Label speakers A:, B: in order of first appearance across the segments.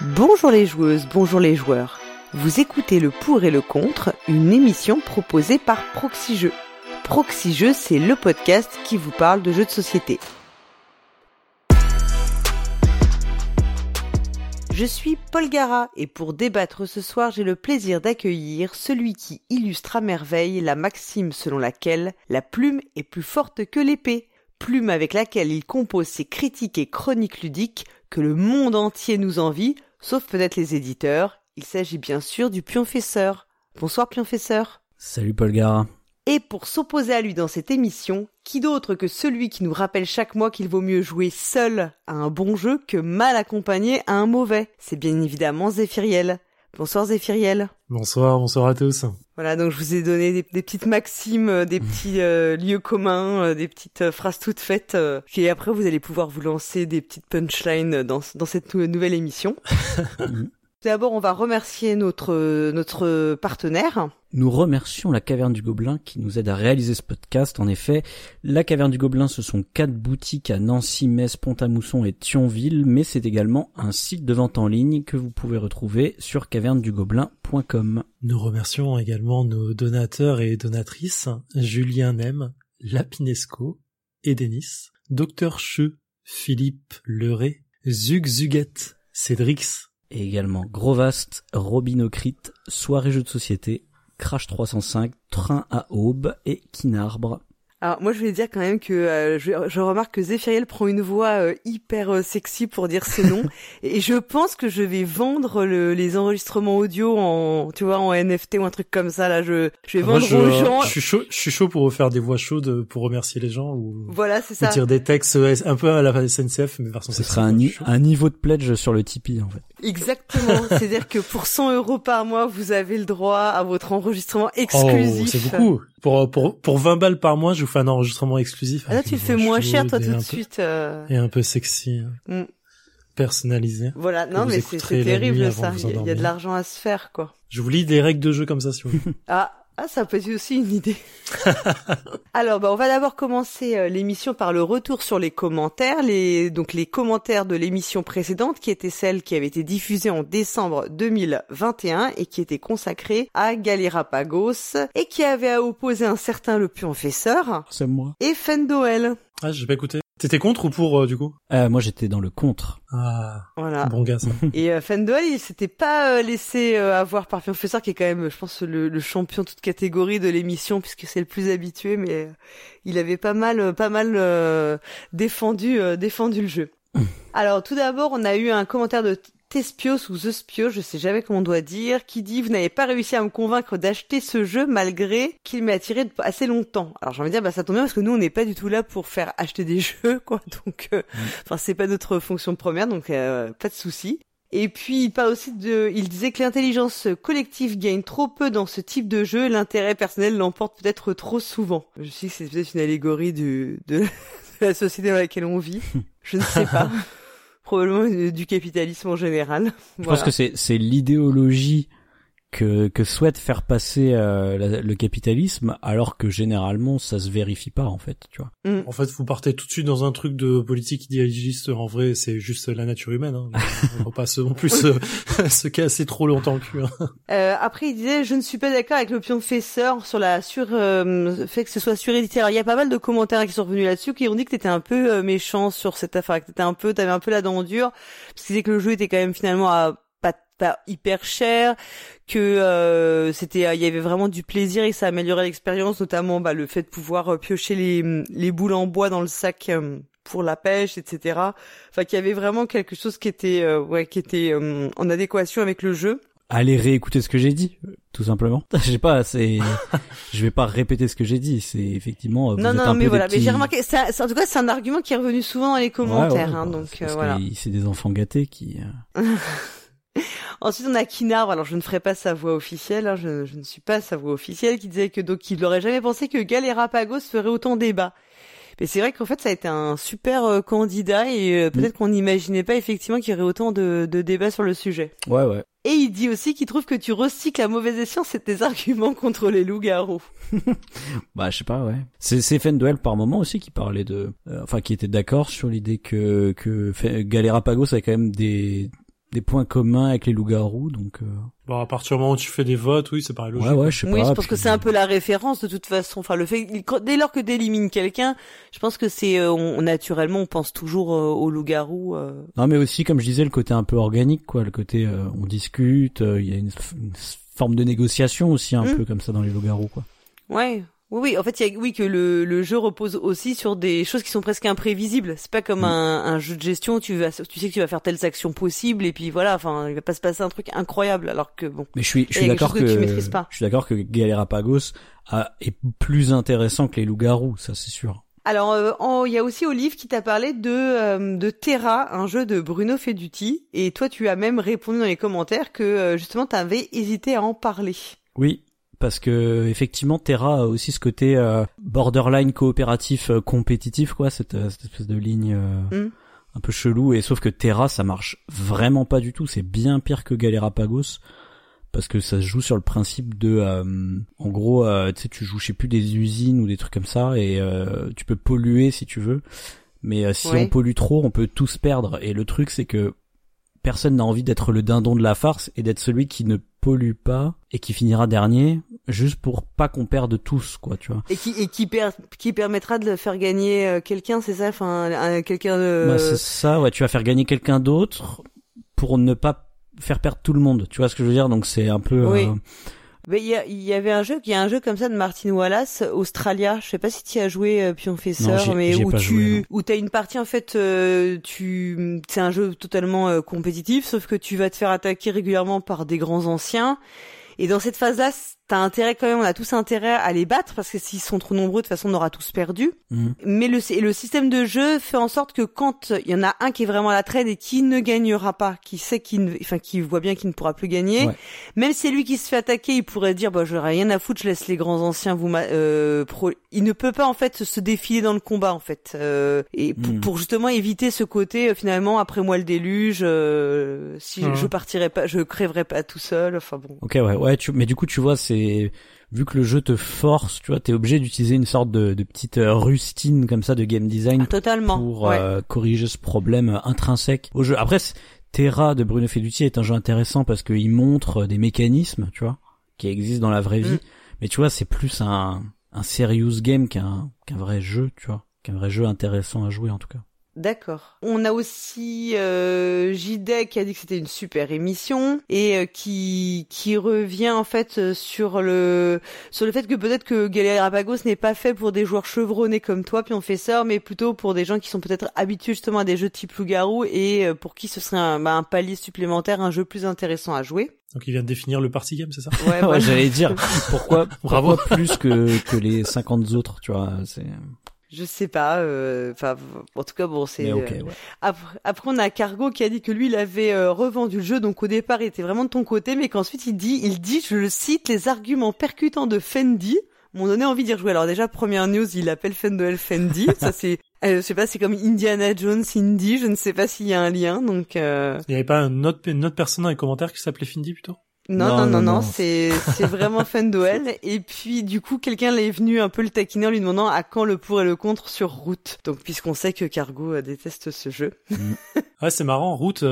A: Bonjour les joueuses, bonjour les joueurs. Vous écoutez le pour et le contre, une émission proposée par Proxy Jeux. Proxy Jeux, c'est le podcast qui vous parle de jeux de société. Je suis Paul Gara et pour débattre ce soir, j'ai le plaisir d'accueillir celui qui illustre à merveille la maxime selon laquelle la plume est plus forte que l'épée. Plume avec laquelle il compose ses critiques et chroniques ludiques que le monde entier nous envie, sauf peut-être les éditeurs. Il s'agit bien sûr du Pionfesseur. Bonsoir Pionfesseur.
B: Salut Paul Gara.
A: Et pour s'opposer à lui dans cette émission, qui d'autre que celui qui nous rappelle chaque mois qu'il vaut mieux jouer seul à un bon jeu que mal accompagné à un mauvais. C'est bien évidemment Zéphiriel. Bonsoir Zéphiriel.
C: Bonsoir à tous.
A: Voilà, donc je vous ai donné des petites maximes, des petits lieux communs, des petites phrases toutes faites, et après vous allez pouvoir vous lancer des petites punchlines dans cette nouvelle émission. D'abord, on va remercier notre partenaire.
B: Nous remercions la Caverne du Gobelin qui nous aide à réaliser ce podcast. En effet, la Caverne du Gobelin, ce sont 4 boutiques à Nancy, Metz, Pont-à-Mousson et Thionville, mais c'est également un site de vente en ligne que vous pouvez retrouver sur cavernedugobelin.com.
C: Nous remercions également nos donateurs et donatrices, Julien Nem, Lapinesco, Edenis, Dr Cheux, Philippe Leray, Zug Zuguette, Cédrix,
B: et également Grovast, Robinocrit, Soirée Jeux de Société, Crash 305, Train à Aube et Kinarbre.
A: Alors moi je vais dire quand même que je remarque que Zéphiriel prend une voix hyper sexy pour dire ses noms et je pense que je vais vendre les enregistrements audio en NFT ou un truc comme ça là. Je vais vendre aux gens.
C: Je suis chaud pour faire des voix chaudes pour remercier les gens ou
A: voilà c'est ça.
C: Dire des textes un peu à la SNCF mais version.
B: Ce sera un niveau de pledge sur le Tipeee en fait.
A: Exactement, c'est-à-dire que pour 100 € par mois vous avez le droit à votre enregistrement exclusif.
C: Oh, c'est beaucoup. Pour 20 balles par mois, je vous fais un enregistrement exclusif.
A: Ah là, tu le fais moins cher, toi, tout de suite.
C: Et un peu sexy. Personnalisé.
A: Voilà, non, mais c'est terrible, ça. Il y a de l'argent à se faire, quoi.
C: Je vous lis des règles de jeu comme ça, si vous voulez.
A: Ah, ça peut être aussi une idée. Alors, on va d'abord commencer l'émission par le retour sur les commentaires, donc les commentaires de l'émission précédente, qui était celle qui avait été diffusée en décembre 2021 et qui était consacrée à Galérapagos et qui avait à opposer un certain Le Pionfesseur.
B: C'est moi.
A: Et Fendoel.
C: Ah, j'ai pas écouté. T'étais contre ou pour, du coup?
B: Moi, j'étais dans le contre.
C: Ah.
A: Voilà.
C: Bon gars, ça.
A: Et Fendoel, il s'était pas laissé avoir par Pionfesseur, qui est quand même, je pense, le champion toute catégorie de l'émission, puisque c'est le plus habitué, mais il avait pas mal défendu le jeu. Alors, tout d'abord, on a eu un commentaire de Tespios ou The Spio, je sais jamais comment on doit dire, qui dit « Vous n'avez pas réussi à me convaincre d'acheter ce jeu malgré qu'il m'ait attiré assez longtemps. » Alors j'ai envie de dire, ça tombe bien parce que nous on n'est pas du tout là pour faire acheter des jeux, quoi. Donc, c'est pas notre fonction première, donc pas de souci. Et puis il parle aussi il disait que l'intelligence collective gagne trop peu dans ce type de jeu, l'intérêt personnel l'emporte peut-être trop souvent. Je sais que c'est peut-être une allégorie de la société dans laquelle on vit. Je ne sais pas. Probablement du capitalisme en général.
B: Je pense que c'est l'idéologie que souhaite faire passer le capitalisme, alors que généralement ça se vérifie pas en fait, tu vois.
C: En fait, vous partez tout de suite dans un truc de politique idéaliste. En vrai, c'est juste la nature humaine. Hein. On va pas non plus se casser trop longtemps le cul. Hein.
A: Après, il disait, je ne suis pas d'accord avec le Pionfesseur sur la fait que ce soit surédité. Alors, il y a pas mal de commentaires qui sont revenus là-dessus qui ont dit que t'étais un peu méchant sur cette affaire, que t'avais un peu la dent dure, parce qu'ils disaient que le jeu était quand même finalement pas hyper cher, que il y avait vraiment du plaisir et ça améliorait l'expérience, notamment le fait de pouvoir piocher les boules en bois dans le sac pour la pêche, etc. Enfin, qu'il y avait vraiment quelque chose qui était en adéquation avec le jeu.
B: Allez réécouter ce que j'ai dit, tout simplement. Je vais pas répéter ce que j'ai dit, c'est effectivement.
A: Non, mais voilà, mais j'ai remarqué, en tout cas, c'est un argument qui est revenu souvent dans les commentaires, donc voilà.
B: C'est des enfants gâtés qui.
A: Ensuite, on a Kinarbre. Alors, je ne ferai pas sa voix officielle, hein, je ne suis pas sa voix officielle, qui disait que donc il n'aurait jamais pensé que Galérapagos ferait autant débat. Mais c'est vrai qu'en fait, ça a été un super candidat et peut-être qu'on n'imaginait pas effectivement qu'il y aurait autant de débats sur le sujet.
B: Ouais.
A: Et il dit aussi qu'il trouve que tu recycles à mauvais escient tes arguments contre les loups-garous.
B: Je sais pas, ouais. C'est Fendoel par moment aussi qui parlait qui était d'accord sur l'idée que Galérapagos avait quand même des des points communs avec les loups-garous, donc.
C: Bon, à partir du moment où tu fais des votes, oui, c'est pareil logique.
B: Ouais, je sais pas.
A: Oui, je pense que c'est un peu la référence de toute façon. Enfin, le fait, dès lors que t'élimines quelqu'un, je pense que c'est, naturellement, on pense toujours au loup-garou.
B: Non, mais aussi, comme je disais, le côté un peu organique, quoi. Le côté, on discute, il y a une forme de négociation aussi, un peu comme ça dans les loups-garous, quoi.
A: Ouais. Oui, en fait, que le jeu repose aussi sur des choses qui sont presque imprévisibles. C'est pas comme un jeu de gestion où tu sais que tu vas faire telles actions possibles et puis voilà, enfin, il va pas se passer un truc incroyable alors que bon.
B: Mais je suis d'accord que
A: tu maîtrises pas.
B: Je suis d'accord que Galérapagos est plus intéressant que les loups-garous, ça c'est sûr.
A: Alors, il y a aussi Olive qui t'a parlé de Terra, un jeu de Bruno Feduti, et toi tu as même répondu dans les commentaires que justement t'avais hésité à en parler.
B: Oui. Parce que effectivement Terra a aussi ce côté borderline coopératif compétitif, quoi, cette espèce de ligne un peu chelou, et sauf que Terra ça marche vraiment pas du tout, c'est bien pire que Galérapagos parce que ça se joue sur le principe de en gros tu sais, tu joues je sais plus des usines ou des trucs comme ça, et tu peux polluer si tu veux, mais si on pollue trop on peut tous perdre, et le truc c'est que personne n'a envie d'être le dindon de la farce et d'être celui qui ne pollue pas et qui finira dernier, juste pour pas qu'on perde tous, quoi, tu vois.
A: Et qui permettra de faire gagner quelqu'un, c'est ça, enfin quelqu'un de.
B: Bah, c'est ça, ouais, tu vas faire gagner quelqu'un d'autre pour ne pas faire perdre tout le monde, tu vois ce que je veux dire, donc c'est un peu.
A: Oui. Mais il y a un jeu comme ça de Martin Wallace, Australia. Je sais pas si tu y as joué Pionfesseur, mais où t'as une partie en fait, c'est un jeu totalement compétitif, sauf que tu vas te faire attaquer régulièrement par des grands anciens. Et dans cette phase-là, t'as intérêt quand même, on a tous intérêt à les battre parce que s'ils sont trop nombreux, de toute façon, on aura tous perdu. Mais le système de jeu fait en sorte que quand il y en a un qui est vraiment à la traîne et qui ne gagnera pas, qui voit bien qu'il ne pourra plus gagner, même si c'est lui qui se fait attaquer, il pourrait dire, bah, j'aurais rien à foutre, je laisse les grands anciens il ne peut pas, en fait, se défiler dans le combat, en fait. Pour justement éviter ce côté, finalement, après moi le déluge, si je partirais pas, je crèverais pas tout seul, enfin bon.
B: Ok, ouais, mais du coup, tu vois, vu que le jeu te force, tu vois, t'es obligé d'utiliser une sorte de petite rustine comme ça de game design
A: totalement
B: pour corriger ce problème intrinsèque au jeu. Après, Terra de Bruno Feduti est un jeu intéressant parce qu'il montre des mécanismes, tu vois, qui existent dans la vraie vie. Mais tu vois, c'est plus un serious game qu'un vrai jeu, tu vois, qu'un vrai jeu intéressant à jouer en tout cas.
A: D'accord. On a aussi JD qui a dit que c'était une super émission et qui revient en fait sur le fait que peut-être que Galérapagos n'est pas fait pour des joueurs chevronnés comme toi, Pionfesseur, mais plutôt pour des gens qui sont peut-être habitués justement à des jeux type loup-garou et pour qui ce serait un palier supplémentaire, un jeu plus intéressant à jouer.
C: Donc il vient de définir le party game, c'est ça?
B: Ouais, ouais, j'allais dire pourquoi plus que les 50 autres, tu vois, c'est.
A: Je sais pas, en tout cas bon c'est.
B: Mais okay, ouais.
A: Après on a Cargo qui a dit que lui il avait revendu le jeu, donc au départ il était vraiment de ton côté, mais qu'ensuite il dit, je le cite, les arguments percutants de Fendi m'ont donné envie d'y rejouer. Alors déjà première news, il appelle Fendel Fendi, ça c'est, je sais pas, c'est comme Indiana Jones Indy, je ne sais pas s'il y a un lien, donc. Il
C: y avait pas une autre personne dans les commentaires qui s'appelait Fendi plutôt?
A: Non, c'est vraiment Fendoel. Et puis, du coup, quelqu'un est venu un peu le taquiner en lui demandant à quand le pour et le contre sur Route. Donc, puisqu'on sait que Cargo déteste ce jeu.
C: Ouais, c'est marrant. Route,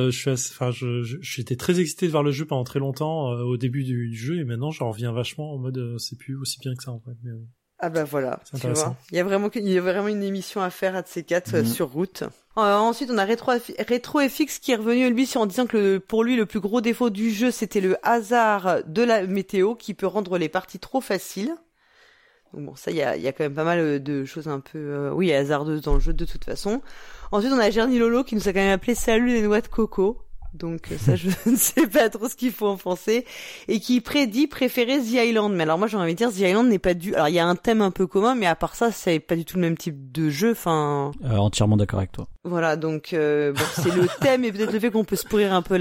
C: j'étais très excité de voir le jeu pendant très longtemps, au début du jeu, et maintenant, j'en reviens vachement en mode, c'est plus aussi bien que ça, en fait. Mais,
A: ah bah voilà, tu vois. Il y a vraiment une émission à faire à de ces quatre sur Route. Ensuite, on a RetroFX qui est revenu lui en disant que pour lui le plus gros défaut du jeu c'était le hasard de la météo qui peut rendre les parties trop faciles. Donc bon, ça il y a quand même pas mal de choses un peu hasardeuses dans le jeu de toute façon. Ensuite, on a Gerny Lolo qui nous a quand même appelé Salut les noix de coco. Donc ça, je ne sais pas trop ce qu'il faut en penser. Et qui prédit préférer The Island. Mais alors moi, j'ai envie de dire, The Island n'est pas du... Alors il y a un thème un peu commun, mais à part ça, c'est pas du tout le même type de jeu. Enfin.
B: Entièrement d'accord avec toi.
A: Voilà, donc c'est le thème et peut-être le fait qu'on peut se pourrir un peu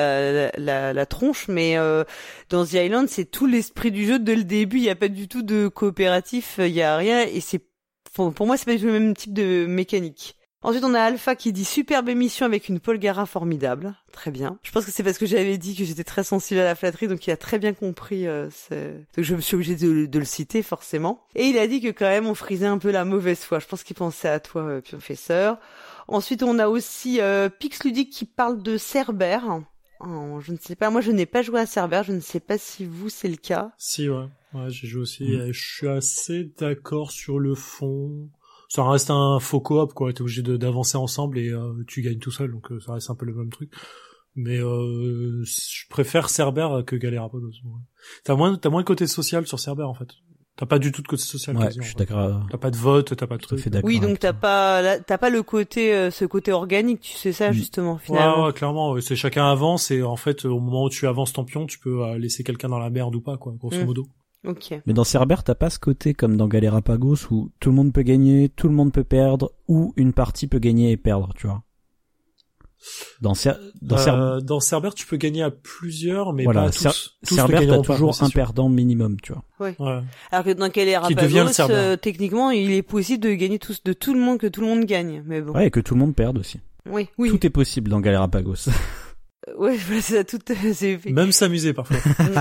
A: la tronche, mais dans The Island, c'est tout l'esprit du jeu dès le début. Il y a pas du tout de coopératif, il y a rien, et pour moi, c'est pas du tout le même type de mécanique. Ensuite, on a Alpha qui dit superbe émission avec une Polgara formidable. Très bien. Je pense que c'est parce que j'avais dit que j'étais très sensible à la flatterie, donc il a très bien compris. Donc je me suis obligée de le citer forcément. Et il a dit que quand même on frisait un peu la mauvaise foi. Je pense qu'il pensait à toi, Pionfesseur. Ensuite, on a aussi Pix Ludique qui parle de Cerbère je ne sais pas. Moi, je n'ai pas joué à Cerber. Je ne sais pas si vous, c'est le cas.
C: Si, ouais. Ouais, j'ai joué aussi. Je suis assez d'accord sur le fond. Ça reste un faux coop, quoi. T'es obligé d'avancer ensemble et tu gagnes tout seul, donc ça reste un peu le même truc. Mais je préfère Cerber que Galérapagos. Ouais. T'as moins le côté social sur Cerber, en fait. T'as pas du tout de côté social.
B: Ouais,
C: quasi,
B: je suis d'accord.
C: T'as pas de vote, t'as pas de truc.
A: Oui, donc t'as pas le côté, ce côté organique, tu sais ça, justement, finalement.
C: Ouais, clairement. C'est chacun avance et en fait, au moment où tu avances ton pion, tu peux laisser quelqu'un dans la merde ou pas, quoi, grosso modo.
A: Ok.
B: Mais dans Cerber, t'as pas ce côté comme dans Galérapagos où tout le monde peut gagner, tout le monde peut perdre, ou une partie peut gagner et perdre, tu vois. Dans
C: Cerber, tu peux gagner à plusieurs, mais
B: voilà,
C: pas à tous.
B: Cerber, t'as toujours un perdant minimum, tu vois.
A: Ouais.
C: Ouais.
A: Alors que dans Galérapagos, techniquement, il est possible de gagner de tout le monde, que tout le monde gagne. Mais bon.
B: Ouais, et que tout le monde perde aussi.
A: Oui.
B: Tout est possible dans Galérapagos.
A: Ouais, voilà, c'est ça, c'est fait.
C: Même s'amuser parfois.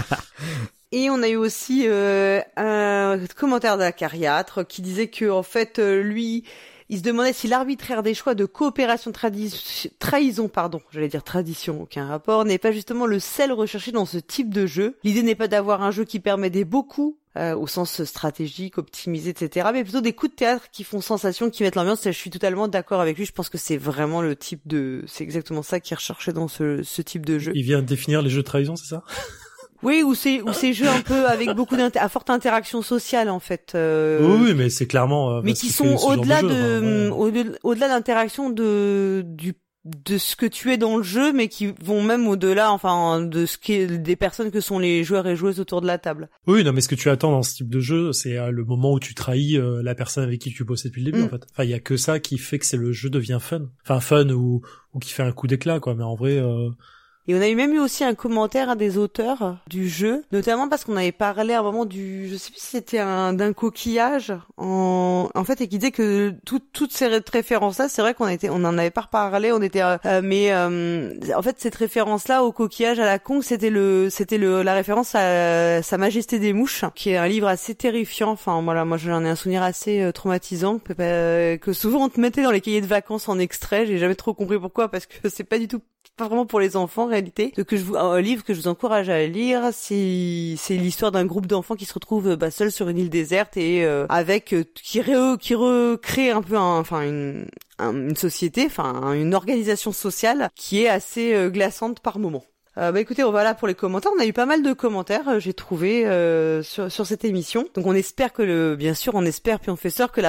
A: Et on a eu aussi un commentaire d'Acariâtre qui disait que en fait lui, il se demandait si l'arbitraire des choix de coopération tradition, aucun rapport, n'est pas justement le sel recherché dans ce type de jeu. L'idée n'est pas d'avoir un jeu qui permet des beaucoup au sens stratégique, optimisé, etc., mais plutôt des coups de théâtre qui font sensation, qui mettent l'ambiance. Je suis totalement d'accord avec lui. Je pense que c'est vraiment c'est exactement ça qu'il recherchait dans ce type de jeu.
C: Il vient de définir les jeux de trahison, c'est ça?
A: Oui, ou ces jeux un peu avec beaucoup à forte interaction sociale en fait.
C: Oui, mais c'est clairement.
A: Mais qui sont au-delà au-delà d'interaction de ce que tu es dans le jeu, mais qui vont même au-delà, enfin, de ce qui est des personnes que sont les joueurs et joueuses autour de la table.
C: Oui, non, mais ce que tu attends dans ce type de jeu, c'est le moment où tu trahis la personne avec qui tu bossais depuis le début, en fait. Enfin, il y a que ça qui fait que le jeu devient fun. Enfin, fun ou qui fait un coup d'éclat, quoi. Mais en vrai.
A: Et on a même eu aussi un commentaire des auteurs du jeu, notamment parce qu'on avait parlé à un moment je sais plus si c'était d'un coquillage en fait, et qui disait que toutes ces références-là, c'est vrai qu'on en avait pas reparlé, mais en fait cette référence-là au coquillage à la conque, c'était la référence à Sa Majesté des Mouches, qui est un livre assez terrifiant. Enfin voilà, moi j'en ai un souvenir assez traumatisant que souvent on te mettait dans les cahiers de vacances en extrait. J'ai jamais trop compris pourquoi, parce que c'est pas vraiment pour les enfants en réalité. Donc un livre que je vous encourage à lire, c'est l'histoire d'un groupe d'enfants qui se retrouvent seuls sur une île déserte et qui recrée un peu une société, une organisation sociale qui est assez glaçante par moments. Écoutez, on va là pour les commentaires. On a eu pas mal de commentaires, j'ai trouvé sur cette émission. Donc on espère Pionfesseur, que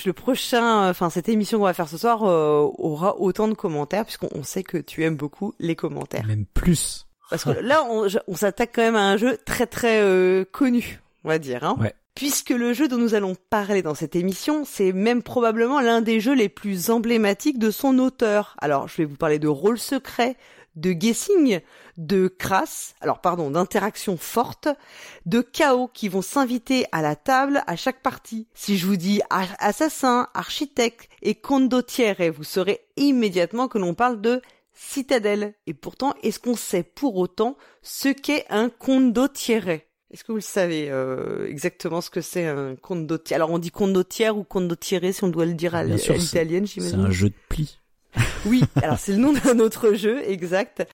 A: cette émission qu'on va faire ce soir aura autant de commentaires, puisqu'on sait que tu aimes beaucoup les commentaires.
B: Même plus.
A: Parce que là, on s'attaque quand même à un jeu très très connu, on va dire. Hein.
B: Ouais.
A: Puisque le jeu dont nous allons parler dans cette émission, c'est même probablement l'un des jeux les plus emblématiques de son auteur. Alors, je vais vous parler de rôle secret, de guessing, de crasse, d'interaction forte, de chaos qui vont s'inviter à la table à chaque partie. Si je vous dis assassin, architecte et condottiere, vous saurez immédiatement que l'on parle de citadelle. Et pourtant, est-ce qu'on sait pour autant ce qu'est un condottiere ? Est-ce que vous le savez exactement ce que c'est un condottiere ? Alors on dit condottiere ou condottiere si on doit le dire à l'italienne, j'imagine.
B: C'est un jeu de pli.
A: Oui, alors c'est le nom d'un autre jeu, exact.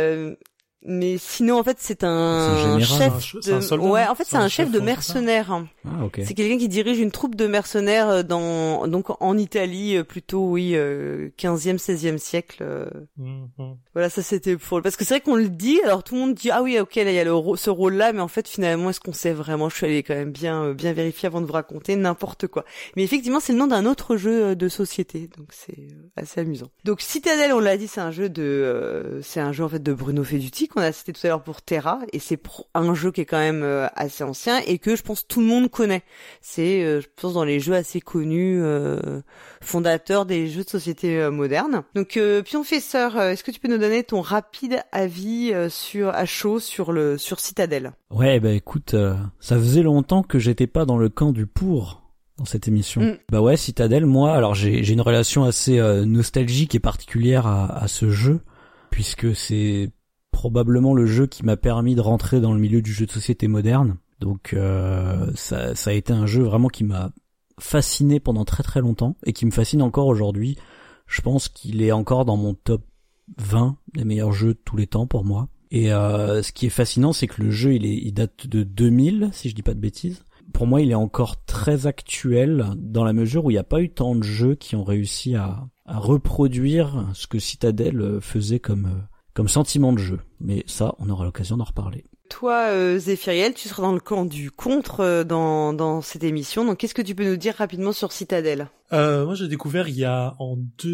A: Mais sinon, en fait, c'est un chef c'est un chef de mercenaires.
B: Ah, ok.
A: C'est quelqu'un qui dirige une troupe de mercenaires en Italie, plutôt, 15e, 16e siècle. Voilà, ça c'était parce que c'est vrai qu'on le dit, alors tout le monde dit, ah oui, ok, là, il y a ce rôle-là, mais en fait, finalement, est-ce qu'on sait vraiment? Je suis allée quand même bien vérifier avant de vous raconter n'importe quoi. Mais effectivement, c'est le nom d'un autre jeu de société, donc c'est assez amusant. Donc, Citadel, on l'a dit, c'est un jeu en fait de Bruno Feduti, qu'on a cité tout à l'heure pour Terra, et c'est un jeu qui est quand même assez ancien et que je pense tout le monde connaît. C'est je pense dans les jeux assez connus fondateurs des jeux de société modernes. Donc Pionfesseur, est-ce que tu peux nous donner ton rapide avis à chaud sur Citadel?
B: Ouais, écoute, ça faisait longtemps que j'étais pas dans le camp du pour dans cette émission. Citadel, moi, alors j'ai une relation assez nostalgique et particulière à ce jeu, puisque c'est probablement le jeu qui m'a permis de rentrer dans le milieu du jeu de société moderne. Donc ça a été un jeu vraiment qui m'a fasciné pendant très très longtemps et qui me fascine encore aujourd'hui. Je pense qu'il est encore dans mon top 20 des meilleurs jeux de tous les temps pour moi. Et ce qui est fascinant, c'est que le jeu, il date de 2000, si je dis pas de bêtises. Pour moi, il est encore très actuel dans la mesure où il n'y a pas eu tant de jeux qui ont réussi à reproduire ce que Citadel faisait comme sentiment de jeu. Mais ça, on aura l'occasion d'en reparler.
A: Toi, Zéphiriel, tu seras dans le camp du contre dans cette émission. Donc, qu'est-ce que tu peux nous dire rapidement sur Citadel ?
C: Moi, j'ai découvert il y a en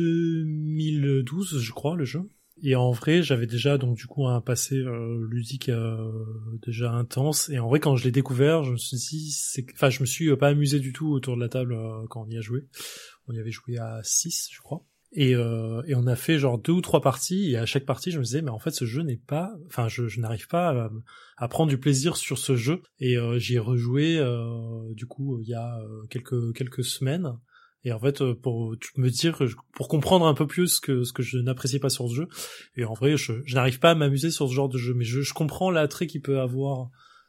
C: 2012, je crois, le jeu. Et en vrai, j'avais déjà donc du coup un passé ludique déjà intense. Et en vrai, quand je l'ai découvert, je me suis dit, je me suis pas amusé du tout autour de la table quand on y a joué. On y avait joué à 6, je crois. Et on a fait genre 2 ou 3 parties. Et à chaque partie, je me disais, mais en fait, ce jeu n'est pas. Enfin, je n'arrive pas à prendre du plaisir sur ce jeu. Et j'y ai rejoué du coup il y a quelques semaines. Et en fait, pour me dire, pour comprendre un peu plus ce que je n'apprécie pas sur ce jeu, et en vrai, je n'arrive pas à m'amuser sur ce genre de jeu, mais je comprends l'attrait qu'il peut avoir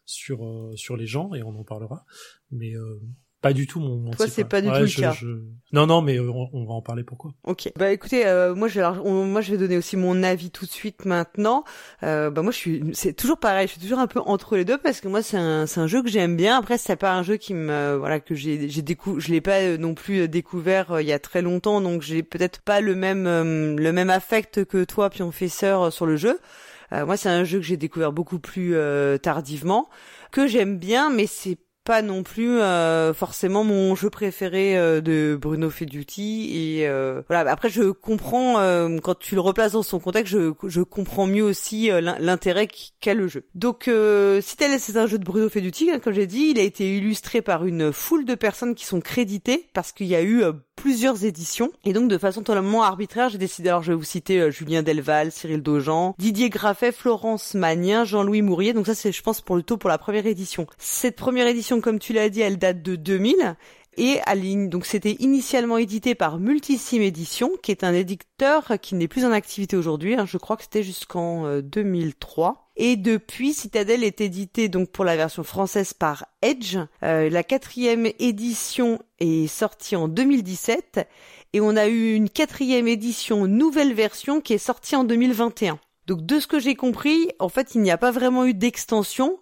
C: sur les gens, et on en parlera, mais pas du tout mon
A: Toi,
C: type.
A: c'est pas du tout le cas.
C: Non, mais on va en parler pourquoi.
A: Ok. Bah écoutez, moi je vais donner aussi mon avis tout de suite maintenant. Moi c'est toujours pareil, je suis toujours un peu entre les deux parce que moi c'est un jeu que j'aime bien. Après c'est pas un jeu qui me que je l'ai pas non plus découvert il y a très longtemps, donc j'ai peut-être pas le même affect que toi Pionfesseur sur le jeu. Moi c'est un jeu que j'ai découvert beaucoup plus tardivement, que j'aime bien, mais c'est pas non plus forcément mon jeu préféré de Bruno Faidutti et voilà. Après je comprends quand tu le replaces dans son contexte, je comprends mieux aussi l'intérêt qu'a le jeu. Donc Citadel, c'est un jeu de Bruno Faidutti, hein, comme j'ai dit, il a été illustré par une foule de personnes qui sont créditées parce qu'il y a eu plusieurs éditions et donc de façon totalement arbitraire, j'ai décidé, alors je vais vous citer Julien Delval, Cyril Daujean, Didier Graffet, Florence Magnin, Jean-Louis Mourier. Donc ça c'est je pense pour la première édition. Cette première édition, comme tu l'as dit, elle date de 2000 et donc c'était initialement édité par Multisim Éditions, qui est un éditeur qui n'est plus en activité aujourd'hui, hein, je crois que c'était jusqu'en 2003. Et depuis, Citadel est édité donc pour la version française par Edge. La 4e édition est sortie en 2017 et on a eu une 4e édition nouvelle version qui est sortie en 2021. Donc de ce que j'ai compris, en fait, il n'y a pas vraiment eu d'extension.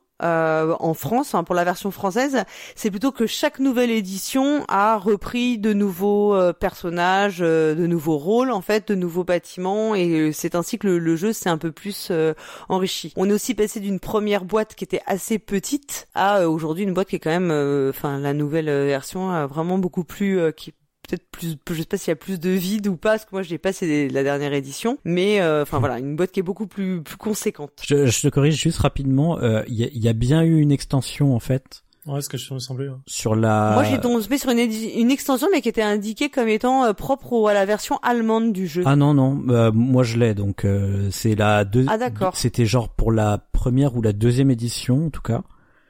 A: En France, hein, pour la version française, c'est plutôt que chaque nouvelle édition a repris de nouveaux personnages, de nouveaux rôles, en fait, de nouveaux bâtiments, et c'est ainsi que le jeu s'est un peu plus enrichi. On est aussi passé d'une première boîte qui était assez petite à aujourd'hui une boîte qui est quand même, la nouvelle version vraiment beaucoup plus qui peut-être plus, je sais pas s'il y a plus de vide ou pas, parce que moi je l'ai pas, c'est la dernière édition, mais voilà, une boîte qui est beaucoup plus conséquente.
B: Je te corrige juste rapidement, il y a bien eu une extension en fait.
C: Ouais, ce que je me semblait. Ouais.
B: Sur la.
A: Moi j'ai tombé sur une extension, mais qui était indiquée comme étant propre à la version allemande du jeu.
B: Ah non, moi je l'ai, donc c'est la
A: Ah d'accord.
B: C'était genre pour la première ou la 2e édition en tout cas.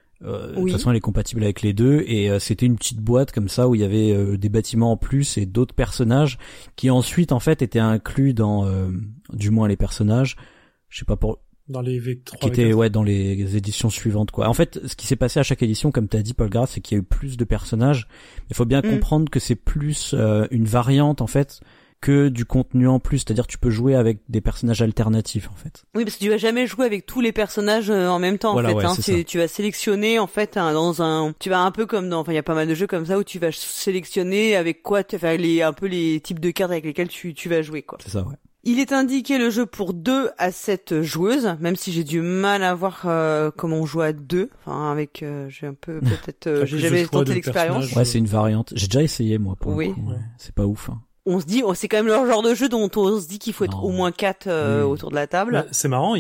B: De toute façon elle est compatible avec les deux et c'était une petite boîte comme ça où il y avait des bâtiments en plus et d'autres personnages qui ensuite en fait étaient inclus dans du moins les personnages, je sais pas pour
C: dans les V3
B: qui étaient dans les éditions suivantes quoi. En fait ce qui s'est passé à chaque édition comme t'as dit Paul Gras, c'est qu'il y a eu plus de personnages. Il faut bien comprendre que c'est plus une variante en fait que du contenu en plus, c'est-à-dire tu peux jouer avec des personnages alternatifs en fait.
A: Oui, parce que tu vas jamais jouer avec tous les personnages en même temps
B: voilà,
A: en fait.
B: Ouais,
A: tu vas sélectionner en fait tu vas un peu comme il y a pas mal de jeux comme ça où tu vas sélectionner avec quoi un peu les types de cartes avec lesquelles tu vas jouer quoi.
B: C'est ça, ouais.
A: Il est indiqué le jeu pour 2 à 7 joueuses, même si j'ai du mal à voir comment on joue à 2. Enfin, avec j'ai un peu peut-être j'ai jamais tenté l'expérience.
B: Ouais, c'est une variante. J'ai déjà essayé moi pour
A: oui.
B: le coup. Ouais. C'est pas ouf. Hein.
A: On se dit, c'est quand même le genre de jeu dont on se dit qu'il faut être au moins 4 autour de la table.
C: Bah, c'est marrant,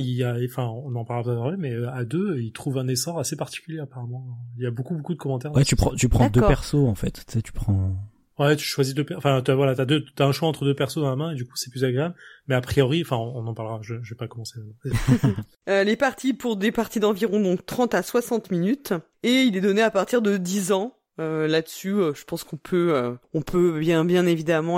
C: on en parlera après, mais à 2, il trouve un essor assez particulier apparemment. Il y a beaucoup de commentaires.
B: Ouais, tu prends 2 persos en fait. Tu sais, tu prends.
C: Ouais, tu choisis 2 t'as un choix entre 2 persos dans la main et du coup c'est plus agréable. Mais a priori, on en parlera. Je vais pas commencer maintenant.
A: Les parties pour des parties d'environ donc 30 à 60 minutes et il est donné à partir de 10 ans. là-dessus. Je pense qu'on peut bien évidemment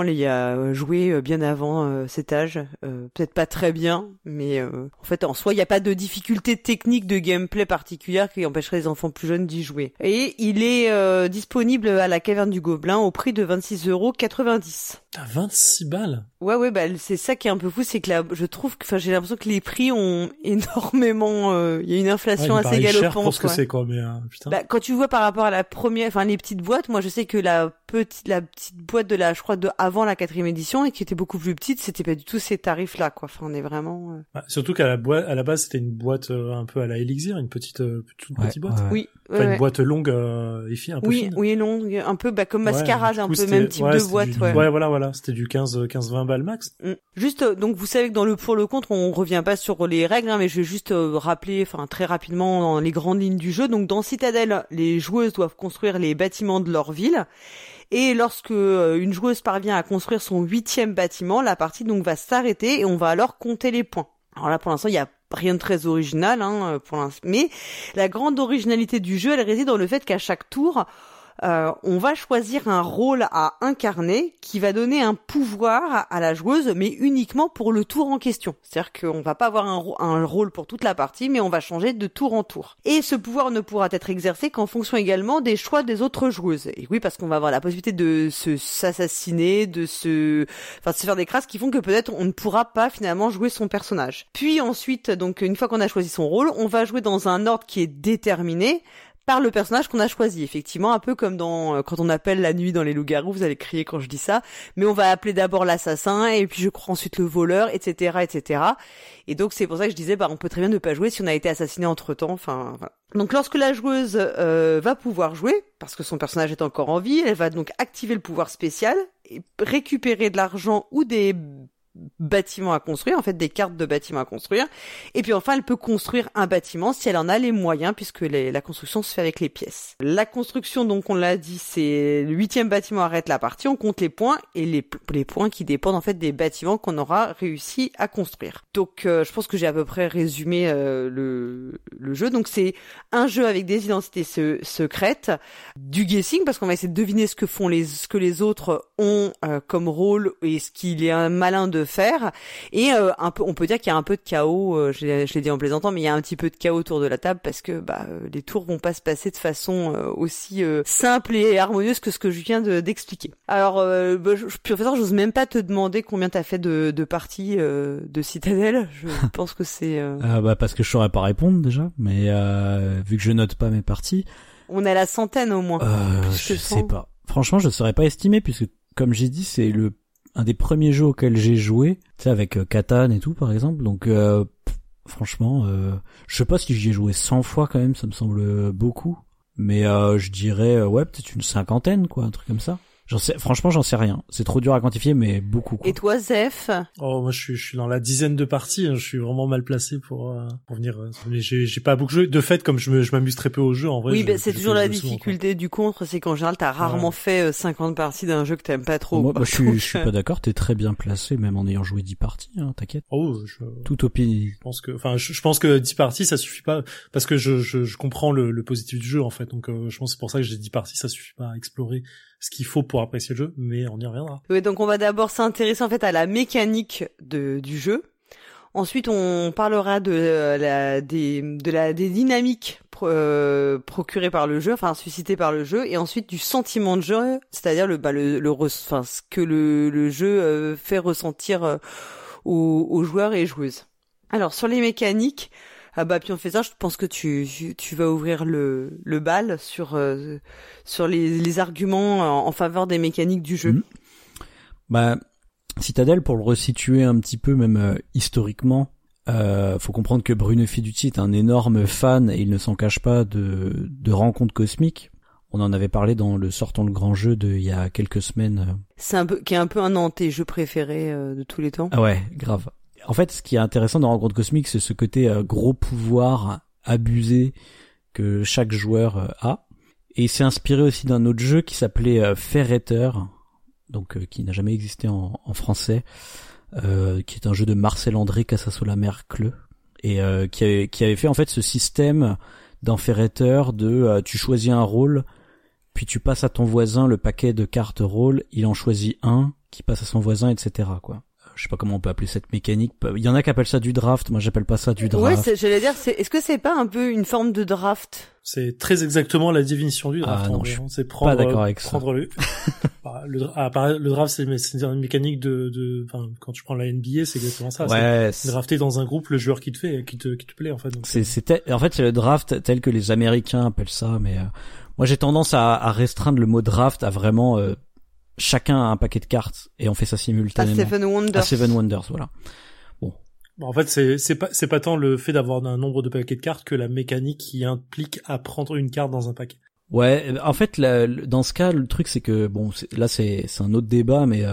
A: jouer bien avant cet âge. Peut-être pas très bien, mais en fait en soi il n'y a pas de difficulté technique de gameplay particulière qui empêcherait les enfants plus jeunes d'y jouer. Et il est disponible à la Caverne du Gobelin au prix de 26,90 €.
C: T'as 26 balles.
A: Ouais, bah c'est ça qui est un peu fou, c'est que là, je trouve que, j'ai l'impression que les prix ont énormément, il y a une inflation assez galopante.
C: Cher pour ce que c'est, quoi, mais putain.
A: Bah, quand tu vois par rapport à la première, enfin les petites boîtes, moi je sais que la petite boîte je crois de avant la 4e édition et qui était beaucoup plus petite, c'était pas du tout ces tarifs-là, quoi. Enfin, on est vraiment.
C: Surtout qu'à à la base, c'était une boîte un peu à la Elixir, une toute petite boîte.
A: Ouais. Oui.
C: Enfin, une boîte longue et un peu fine.
A: Oui, longue, un peu comme Mascarade, un peu même type de boîte.
C: Ouais, voilà, c'était du 15-20 balles max.
A: Juste, donc vous savez que dans le pour le contre, on revient pas sur les règles, mais je vais juste rappeler, très rapidement dans les grandes lignes du jeu. Donc dans Citadel, les joueuses doivent construire les bâtiments de leur ville. Et lorsque une joueuse parvient à construire son 8e bâtiment, la partie donc va s'arrêter et on va alors compter les points. Alors là, pour l'instant, il y a rien de très original, pour l'instant. Mais la grande originalité du jeu, elle réside dans le fait qu'à chaque tour, on va choisir un rôle à incarner qui va donner un pouvoir à la joueuse, mais uniquement pour le tour en question. C'est-à-dire qu'on va pas avoir un rôle pour toute la partie, mais on va changer de tour en tour. Et ce pouvoir ne pourra être exercé qu'en fonction également des choix des autres joueuses. Et oui, parce qu'on va avoir la possibilité de s'assassiner, de se faire des crasses qui font que peut-être on ne pourra pas finalement jouer son personnage. Puis ensuite, donc une fois qu'on a choisi son rôle, on va jouer dans un ordre qui est déterminé par le personnage qu'on a choisi, effectivement, un peu comme quand on appelle la nuit dans les loups-garous, vous allez crier quand je dis ça, mais on va appeler d'abord l'assassin, et puis je crois ensuite le voleur, etc., etc. Et donc c'est pour ça que je disais, on peut très bien ne pas jouer si on a été assassiné entre-temps, voilà. Donc lorsque la joueuse va pouvoir jouer, parce que son personnage est encore en vie, elle va donc activer le pouvoir spécial, et récupérer de l'argent ou des bâtiments à construire, en fait des cartes de bâtiments à construire, et puis enfin elle peut construire un bâtiment si elle en a les moyens, puisque la construction se fait avec les pièces. La construction, donc on l'a dit, c'est le 8e bâtiment arrête la partie, on compte les points, et les points qui dépendent en fait des bâtiments qu'on aura réussi à construire. Donc je pense que j'ai à peu près résumé le jeu. Donc c'est un jeu avec des identités secrètes, du guessing, parce qu'on va essayer de deviner ce que les autres ont comme rôle et ce qu'il est malin de faire, et on peut dire qu'il y a un peu de chaos, je l'ai dit en plaisantant, mais il y a un petit peu de chaos autour de la table parce que les tours vont pas se passer de façon aussi simple et harmonieuse que ce que je viens d'expliquer. Alors professeur, j'ose même pas te demander combien t'as fait de parties de Citadel. Je pense que c'est
B: parce que je saurais pas répondre déjà, mais vu que je note pas mes parties,
A: on est à la centaine au moins.
B: Je sais pas. Franchement, je saurais pas estimer, puisque comme j'ai dit, c'est un des premiers jeux auxquels j'ai joué, tu sais, avec Catan et tout, par exemple. Donc, franchement, je sais pas si j'y ai joué 100 fois quand même, ça me semble beaucoup. Mais je dirais, peut-être une 50aine, quoi, un truc comme ça. Franchement, j'en sais rien. C'est trop dur à quantifier, mais beaucoup, quoi.
A: Et toi, Zef?
C: Oh, moi, je suis dans la dizaine de parties. Je suis vraiment mal placé pour venir. Mais j'ai pas beaucoup joué. De fait, comme je m'amuse très peu au jeu, en vrai.
A: Oui, c'est toujours la difficulté du contre, c'est qu'en général, t'as rarement fait 50 parties d'un jeu que t'aimes pas trop.
B: Moi, je suis pas d'accord. T'es très bien placé, même en ayant joué 10 parties, t'inquiète.
C: Oh,
B: Tout opinion.
C: Je pense que 10 parties, ça suffit pas, parce que je comprends le positif du jeu, en fait. Donc, je pense que c'est pour ça que j'ai 10 parties, ça suffit pas à explorer ce qu'il faut pour apprécier le jeu, mais on y reviendra.
A: Oui, donc on va d'abord s'intéresser en fait à la mécanique du jeu. Ensuite, on parlera des dynamiques procurées par le jeu, suscitées par le jeu, et ensuite du sentiment de jeu, c'est-à-dire ce que le jeu fait ressentir aux joueurs et joueuses. Alors sur les mécaniques, puis on fait ça, je pense que tu vas ouvrir le bal sur les arguments en faveur des mécaniques du jeu.
B: Citadel, pour le resituer un petit peu, même historiquement, faut comprendre que Bruno Fiducci est un énorme fan, et il ne s'en cache pas, de rencontres cosmiques. On en avait parlé dans le Sortons le grand jeu il y a quelques semaines.
A: Qui est un peu un de tes jeux préférés de tous les temps.
B: Ah ouais, grave. En fait, ce qui est intéressant dans Rencontre Cosmique, c'est ce côté gros pouvoir abusé que chaque joueur a. Et il s'est inspiré aussi d'un autre jeu qui s'appelait Ferreter, donc qui n'a jamais existé en français, qui est un jeu de Marcel André Casasola-Mercle, et qui avait fait en fait ce système dans Ferreter de tu choisis un rôle puis tu passes à ton voisin le paquet de cartes rôle, il en choisit un, qui passe à son voisin, etc., quoi. Je sais pas comment on peut appeler cette mécanique. Il y en a qui appellent ça du draft. Moi, j'appelle pas ça du draft.
A: Ouais, j'allais dire, est-ce que c'est pas un peu une forme de draft?
C: C'est très exactement la définition du draft.
B: Ah non, je suis
C: c'est prendre,
B: pas d'accord avec ça.
C: Le draft, c'est une mécanique enfin, quand tu prends la NBA, c'est exactement ça.
B: Ouais,
C: c'est drafter dans un groupe le joueur qui te plaît, en fait. Donc,
B: en fait, c'est le draft tel que les Américains appellent ça, mais moi, j'ai tendance à restreindre le mot draft à vraiment, chacun a un paquet de cartes et on fait ça simultanément. À Seven Wonders, voilà. Bon,
C: en fait, c'est pas tant le fait d'avoir un nombre de paquets de cartes que la mécanique qui implique à prendre une carte dans un paquet.
B: Ouais, en fait, dans ce cas, le truc c'est que bon, c'est un autre débat, mais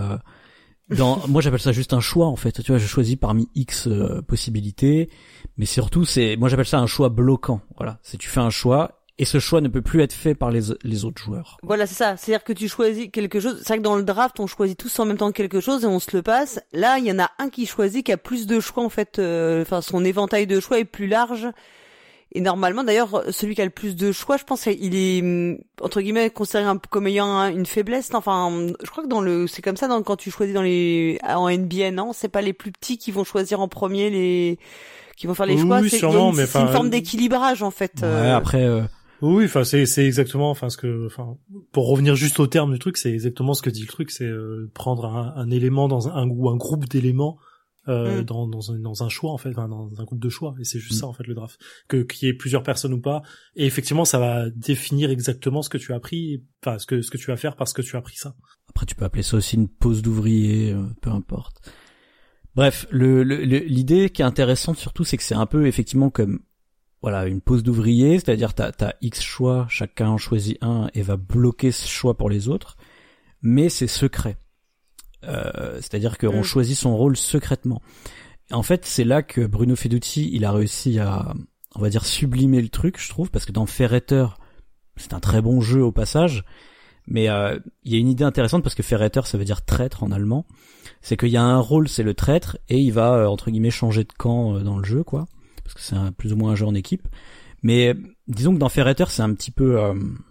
B: moi j'appelle ça juste un choix en fait. Tu vois, je choisis parmi X possibilités, mais surtout moi j'appelle ça un choix bloquant. Voilà, c'est tu fais un choix. Et ce choix ne peut plus être fait par les autres joueurs.
A: Voilà, c'est ça. C'est-à-dire que tu choisis quelque chose. C'est vrai que dans le draft, on choisit tous en même temps quelque chose et on se le passe. Là, il y en a un qui choisit, qui a plus de choix, en fait. Enfin, son éventail de choix est plus large. Et normalement, d'ailleurs, celui qui a le plus de choix, je pense, il est, entre guillemets, considéré un peu comme ayant une faiblesse. Enfin, je crois que c'est comme ça quand tu choisis en NBA, non? C'est pas les plus petits qui vont choisir en premier qui vont faire les choix.
C: Oui, sûrement,
A: c'est une forme d'équilibrage, en fait.
B: Ouais, après,
C: Oui, enfin c'est exactement, enfin pour revenir juste au terme du truc, c'est exactement ce que dit le truc, c'est prendre un élément ou un groupe d'éléments dans un choix, en fait, enfin, dans un groupe de choix, et c'est juste ça en fait le draft, qu'il y ait plusieurs personnes ou pas, et effectivement ça va définir exactement ce que tu as appris, enfin ce que tu vas faire parce que tu as appris ça.
B: Après tu peux appeler ça aussi une pause d'ouvrier, peu importe. Bref, l'idée qui est intéressante surtout, c'est que c'est un peu effectivement comme voilà, une pause d'ouvrier, c'est-à-dire t'as X choix, chacun en choisit un et va bloquer ce choix pour les autres, mais c'est secret. C'est-à-dire qu'on choisit son rôle secrètement. En fait, c'est là que Bruno Faidutti, il a réussi à, on va dire, sublimer le truc, je trouve, parce que dans Ferreter, c'est un très bon jeu au passage, mais il y a une idée intéressante parce que Ferreter, ça veut dire traître en allemand. C'est qu'il y a un rôle, c'est le traître, et il va, entre guillemets, changer de camp dans le jeu, quoi. Parce que c'est plus ou moins un jeu en équipe. Mais disons que dans Ferreter, c'est un petit peu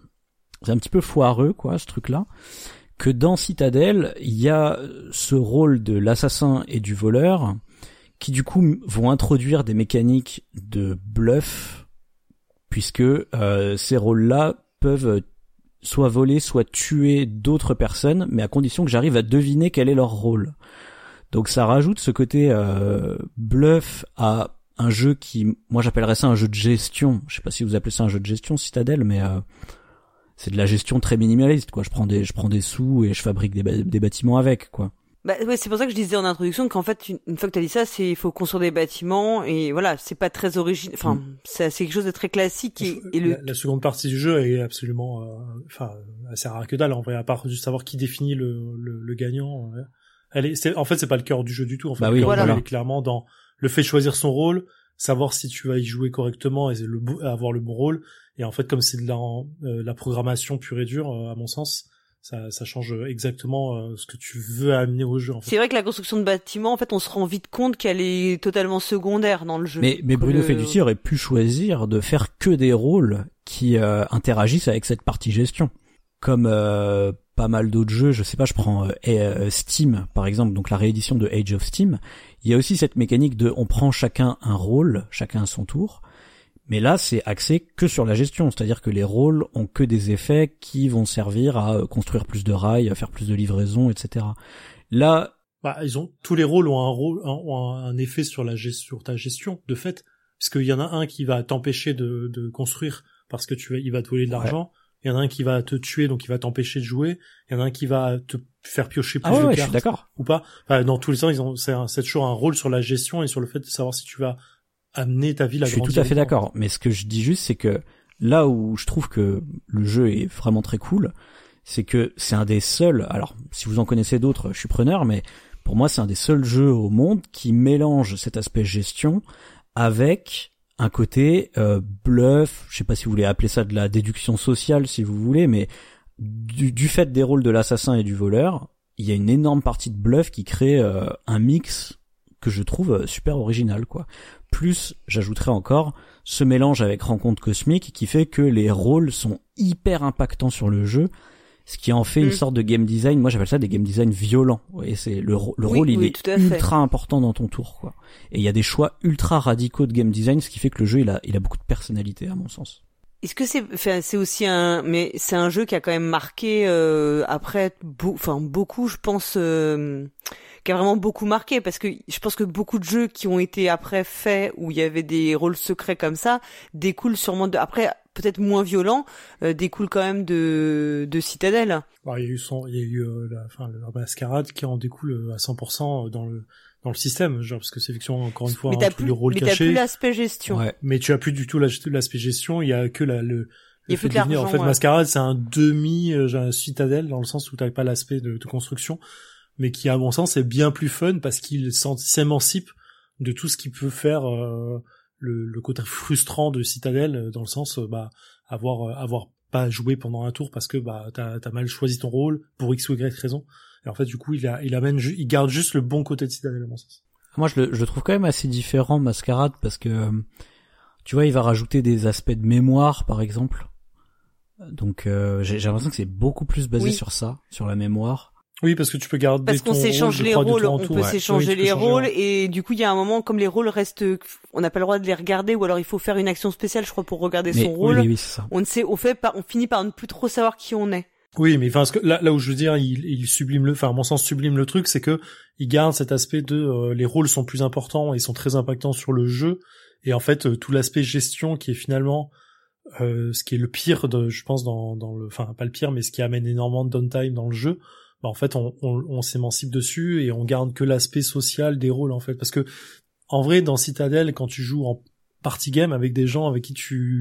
B: foireux, quoi, ce truc-là. Que dans Citadel, il y a ce rôle de l'assassin et du voleur qui du coup vont introduire des mécaniques de bluff, puisque ces rôles-là peuvent soit voler, soit tuer d'autres personnes, mais à condition que j'arrive à deviner quel est leur rôle. Donc ça rajoute ce côté bluff à un jeu qui, moi j'appellerais ça un jeu de gestion. Je sais pas si vous appelez ça un jeu de gestion, Citadel, mais c'est de la gestion très minimaliste, quoi. Je prends des sous et je fabrique des bâtiments avec, quoi.
A: Bah ouais, c'est pour ça que je disais en introduction qu'en fait une fois que t'as dit ça, il faut construire des bâtiments et voilà, c'est pas très original, enfin c'est quelque chose de très classique
C: la seconde partie du jeu est absolument assez rare que dalle en vrai, à part juste savoir qui définit le gagnant. En fait c'est pas le cœur du jeu du tout, en fait.
B: Bah oui,
C: le cœur
B: voilà.
C: du jeu est clairement dans le fait de choisir son rôle, savoir si tu vas y jouer correctement et avoir le bon rôle, et en fait comme c'est de la programmation pure et dure, à mon sens, ça change exactement ce que tu veux amener au jeu, en fait.
A: C'est vrai que la construction de bâtiments, en fait, on se rend vite compte qu'elle est totalement secondaire dans le jeu.
B: Mais Bruno Faidutti aurait pu choisir de faire que des rôles qui interagissent avec cette partie gestion. Comme pas mal d'autres jeux, je sais pas, je prends Steam par exemple, donc la réédition de Age of Steam, il y a aussi cette mécanique de on prend chacun un rôle, chacun à son tour. Mais là, c'est axé que sur la gestion, c'est-à-dire que les rôles ont que des effets qui vont servir à construire plus de rails, à faire plus de livraisons, etc. Là,
C: tous les rôles ont un effet sur ta gestion, de fait, puisqu'il y en a un qui va t'empêcher de construire parce que il va te voler de l'argent. Il y en a un qui va te tuer, donc il va t'empêcher de jouer. Il y en a un qui va te faire piocher plus de cartes.
B: Je suis d'accord.
C: Ou pas. Enfin, dans tous les sens, c'est toujours un rôle sur la gestion et sur le fait de savoir si tu vas amener ta ville à grandir.
B: Je suis tout à fait d'accord, mais ce que je dis juste, c'est que là où je trouve que le jeu est vraiment très cool, c'est que c'est un des seuls, alors si vous en connaissez d'autres, je suis preneur, mais pour moi c'est un des seuls jeux au monde qui mélange cet aspect gestion avec un côté bluff, je sais pas si vous voulez appeler ça de la déduction sociale si vous voulez, mais du fait des rôles de l'assassin et du voleur, il y a une énorme partie de bluff qui crée un mix que je trouve super original, quoi. Plus, j'ajouterais encore ce mélange avec Rencontre Cosmique qui fait que les rôles sont hyper impactants sur le jeu, ce qui en fait une sorte de game design. Moi, j'appelle ça des game design violents. Et c'est le rôle, il est ultra important dans ton tour, quoi. Et il y a des choix ultra radicaux de game design, ce qui fait que le jeu, il a beaucoup de personnalité, à mon sens.
A: Est-ce que c'est aussi mais c'est un jeu qui a quand même marqué après beaucoup, je pense, qui a vraiment beaucoup marqué, parce que je pense que beaucoup de jeux qui ont été après faits où il y avait des rôles secrets comme ça découlent sûrement après peut-être moins violents, découlent quand même de Citadel.
C: Alors, il y a eu la mascarade qui en découle à 100% dans le système, genre, parce que c'est effectivement encore une fois un truc de rôle caché.
A: Mais t'as plus l'aspect gestion.
C: Ouais. Mais tu as plus du tout l'aspect gestion, il y a que le fait de devenir, en fait,
A: ouais.
C: Mascarade, c'est un Citadel, dans le sens où t'as pas l'aspect de construction, mais qui, à mon sens, est bien plus fun parce qu'il s'émancipe de tout ce qui peut faire, le côté frustrant de Citadel, dans le sens, avoir pas joué pendant un tour parce que, t'as mal choisi ton rôle pour X ou Y raison. Et en fait, du coup, il garde juste le bon côté de Citadel, à mon sens.
B: Moi, je le trouve quand même assez différent, Mascarade, parce que, tu vois, il va rajouter des aspects de mémoire, par exemple. Donc, j'ai l'impression que c'est beaucoup plus basé sur ça, sur la mémoire.
C: Oui, parce que tu peux garder
A: parce qu'on s'échange les rôles, on peut s'échanger les rôles, et du coup, il y a un moment, comme les rôles restent, on n'a pas le droit de les regarder, ou alors il faut faire une action spéciale, je crois, pour regarder son rôle.
B: Oui, c'est ça.
A: On finit par ne plus trop savoir qui on est.
C: Oui, mais enfin, là où je veux dire, il sublime à mon sens, sublime le truc, c'est que il garde cet aspect de les rôles sont plus importants et sont très impactants sur le jeu, et en fait tout l'aspect gestion qui est finalement ce qui est le pire je pense dans le, enfin pas le pire, mais ce qui amène énormément de downtime dans le jeu. En fait, on s'émancipe dessus et on garde que l'aspect social des rôles, en fait, parce que en vrai, dans Citadel, quand tu joues en party game avec des gens avec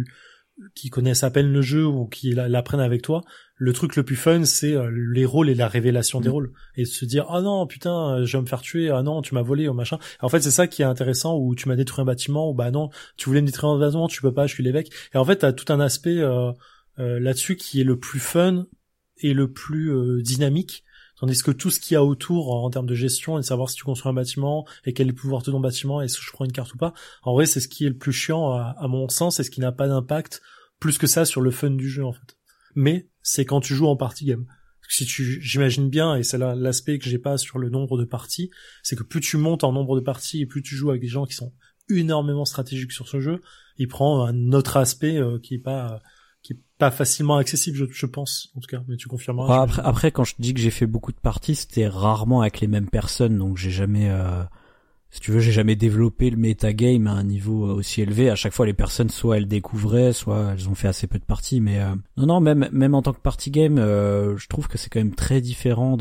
C: qui connaissent à peine le jeu ou qui l'apprennent avec toi, le truc le plus fun, c'est les rôles et la révélation des rôles, et se dire ah non putain je vais me faire tuer, ah non tu m'as volé ou machin. En fait, c'est ça qui est intéressant, où tu m'as détruit un bâtiment, ou bah non tu voulais me détruire un bâtiment, tu peux pas, je suis l'évêque. Et en fait, t'as tout un aspect là-dessus qui est le plus fun et le plus dynamique. Tandis que tout ce qu'il y a autour en termes de gestion et de savoir si tu construis un bâtiment et quel est le pouvoir de ton bâtiment, est-ce que je prends une carte ou pas, en vrai c'est ce qui est le plus chiant à mon sens, et ce qui n'a pas d'impact plus que ça sur le fun du jeu, en fait. Mais c'est quand tu joues en party game. Parce que j'imagine bien, et c'est là l'aspect que j'ai pas sur le nombre de parties, c'est que plus tu montes en nombre de parties et plus tu joues avec des gens qui sont énormément stratégiques sur ce jeu, il prend un autre aspect qui est pas facilement accessible, je pense, en tout cas, mais tu confirmeras.
B: Après, quand je dis que j'ai fait beaucoup de parties, c'était rarement avec les mêmes personnes, donc j'ai jamais, si tu veux, j'ai jamais développé le metagame à un niveau aussi élevé. À chaque fois, les personnes, soit elles découvraient, soit elles ont fait assez peu de parties, mais non, même en tant que party game, je trouve que c'est quand même très différent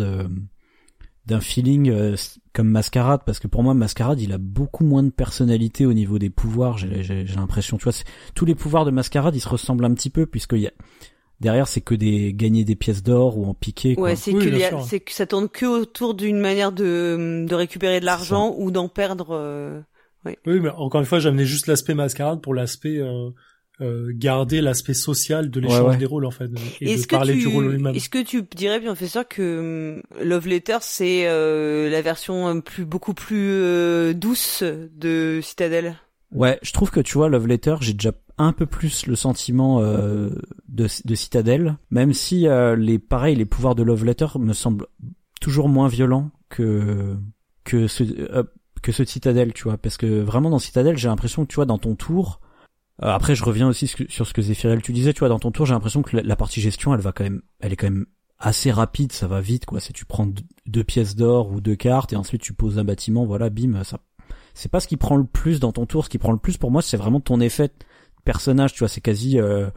B: d'un feeling comme Mascarade, parce que pour moi Mascarade il a beaucoup moins de personnalité au niveau des pouvoirs. J'ai l'impression, tu vois, tous les pouvoirs de Mascarade ils se ressemblent un petit peu, puisque derrière c'est que gagner des pièces d'or ou en piquer, quoi.
A: Ouais, c'est que ça tourne que autour d'une manière de récupérer de l'argent ou d'en perdre. Ouais.
C: Oui, mais encore une fois j'amenais juste l'aspect Mascarade pour l'aspect garder l'aspect social de l'échange des rôles, en fait, et de parler du rôle lui-même.
A: Est-ce que tu dirais, professeur, que Love Letter c'est la version beaucoup plus douce de Citadel?
B: Ouais, je trouve que, tu vois, Love Letter, j'ai déjà un peu plus le sentiment de Citadel, même si les pouvoirs de Love Letter me semblent toujours moins violents que ce Citadel, tu vois, parce que vraiment dans Citadel, j'ai l'impression que, tu vois, dans ton tour, après je reviens aussi sur ce que Zéphirel tu disais, tu vois, dans ton tour, j'ai l'impression que la partie gestion, elle est quand même assez rapide, ça va vite, quoi. C'est tu prends 2 pièces d'or ou 2 cartes et ensuite tu poses un bâtiment, voilà, bim, ça. C'est pas ce qui prend le plus dans ton tour. Ce qui prend le plus pour moi, c'est vraiment ton effet personnage, tu vois. C'est quasi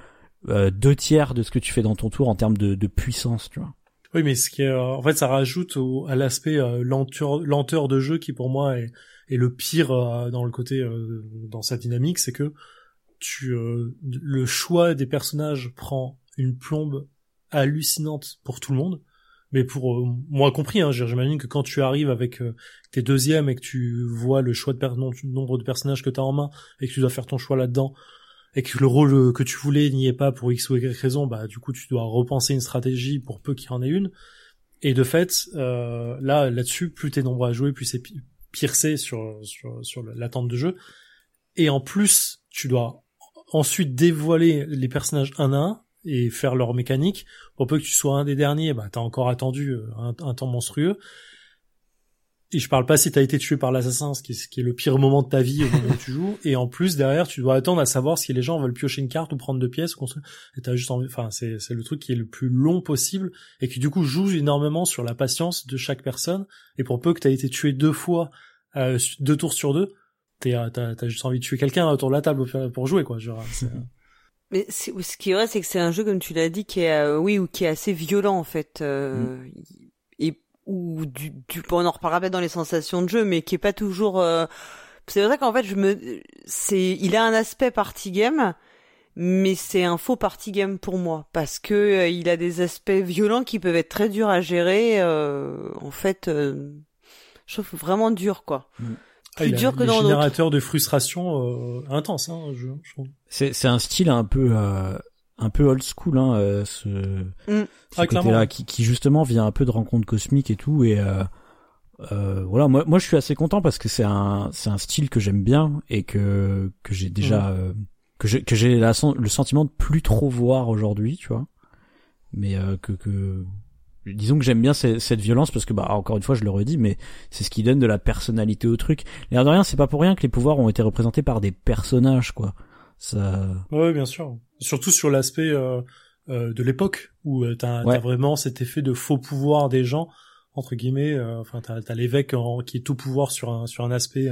B: 2/3 de ce que tu fais dans ton tour en termes de puissance, tu vois.
C: Oui, mais ce qui est, en fait, ça rajoute à l'aspect lenteur de jeu qui pour moi est le pire dans le côté dans sa dynamique, c'est que le choix des personnages prend une plombe hallucinante pour tout le monde, mais pour moi compris, hein, j'imagine que quand tu arrives avec tes deuxièmes et que tu vois le choix de nombre de personnages que t'as en main et que tu dois faire ton choix là-dedans et que le rôle que tu voulais n'y est pas pour X ou Y raison, bah du coup tu dois repenser une stratégie pour peu qu'il y en ait une. Et de fait, là-dessus, plus t'es nombreux à jouer, plus c'est piercé sur l'attente de jeu. et en plus, tu dois ensuite dévoiler les personnages un à un et faire leur mécanique. Pour peu que tu sois un des derniers, t'as encore attendu un temps monstrueux. Et je parle pas si t'as été tué par l'assassin, ce qui est le pire moment de ta vie au moment où tu joues. Et en plus, derrière, tu dois attendre à savoir si les gens veulent piocher une carte ou prendre 2 pièces ou construire. Et t'as juste envie, c'est le truc qui est le plus long possible et qui du coup joue énormément sur la patience de chaque personne. Et pour peu que t'as été tué 2 fois, 2 tours sur 2, t'as juste envie de tuer quelqu'un autour de la table pour jouer, quoi. Genre,
A: Mais ce qui est vrai, c'est que c'est un jeu, comme tu l'as dit, qui est, qui est assez violent, en fait, on en reparlera peut-être dans les sensations de jeu, mais qui est pas toujours, c'est vrai qu'en fait, il a un aspect party game, mais c'est un faux party game pour moi, parce que il a des aspects violents qui peuvent être très durs à gérer, en fait, je trouve vraiment dur, quoi. Plus dur que dans d'autres.
C: Générateur de frustration intense, je trouve.
B: C'est un style un peu old school, ce côté-là qui justement vient un peu de rencontres cosmiques et tout, et voilà, moi je suis assez content parce que c'est un style que j'aime bien et que j'ai déjà que j'ai le sentiment de plus trop voir aujourd'hui, tu vois, mais disons que j'aime bien cette violence parce que encore une fois je le redis, mais c'est ce qui donne de la personnalité au truc. L'air de rien, c'est pas pour rien que les pouvoirs ont été représentés par des personnages, quoi. Ça.
C: Ouais, bien sûr. Surtout sur l'aspect de l'époque où t'as vraiment cet effet de faux pouvoir des gens, entre guillemets. T'as l'évêque qui est tout pouvoir sur un aspect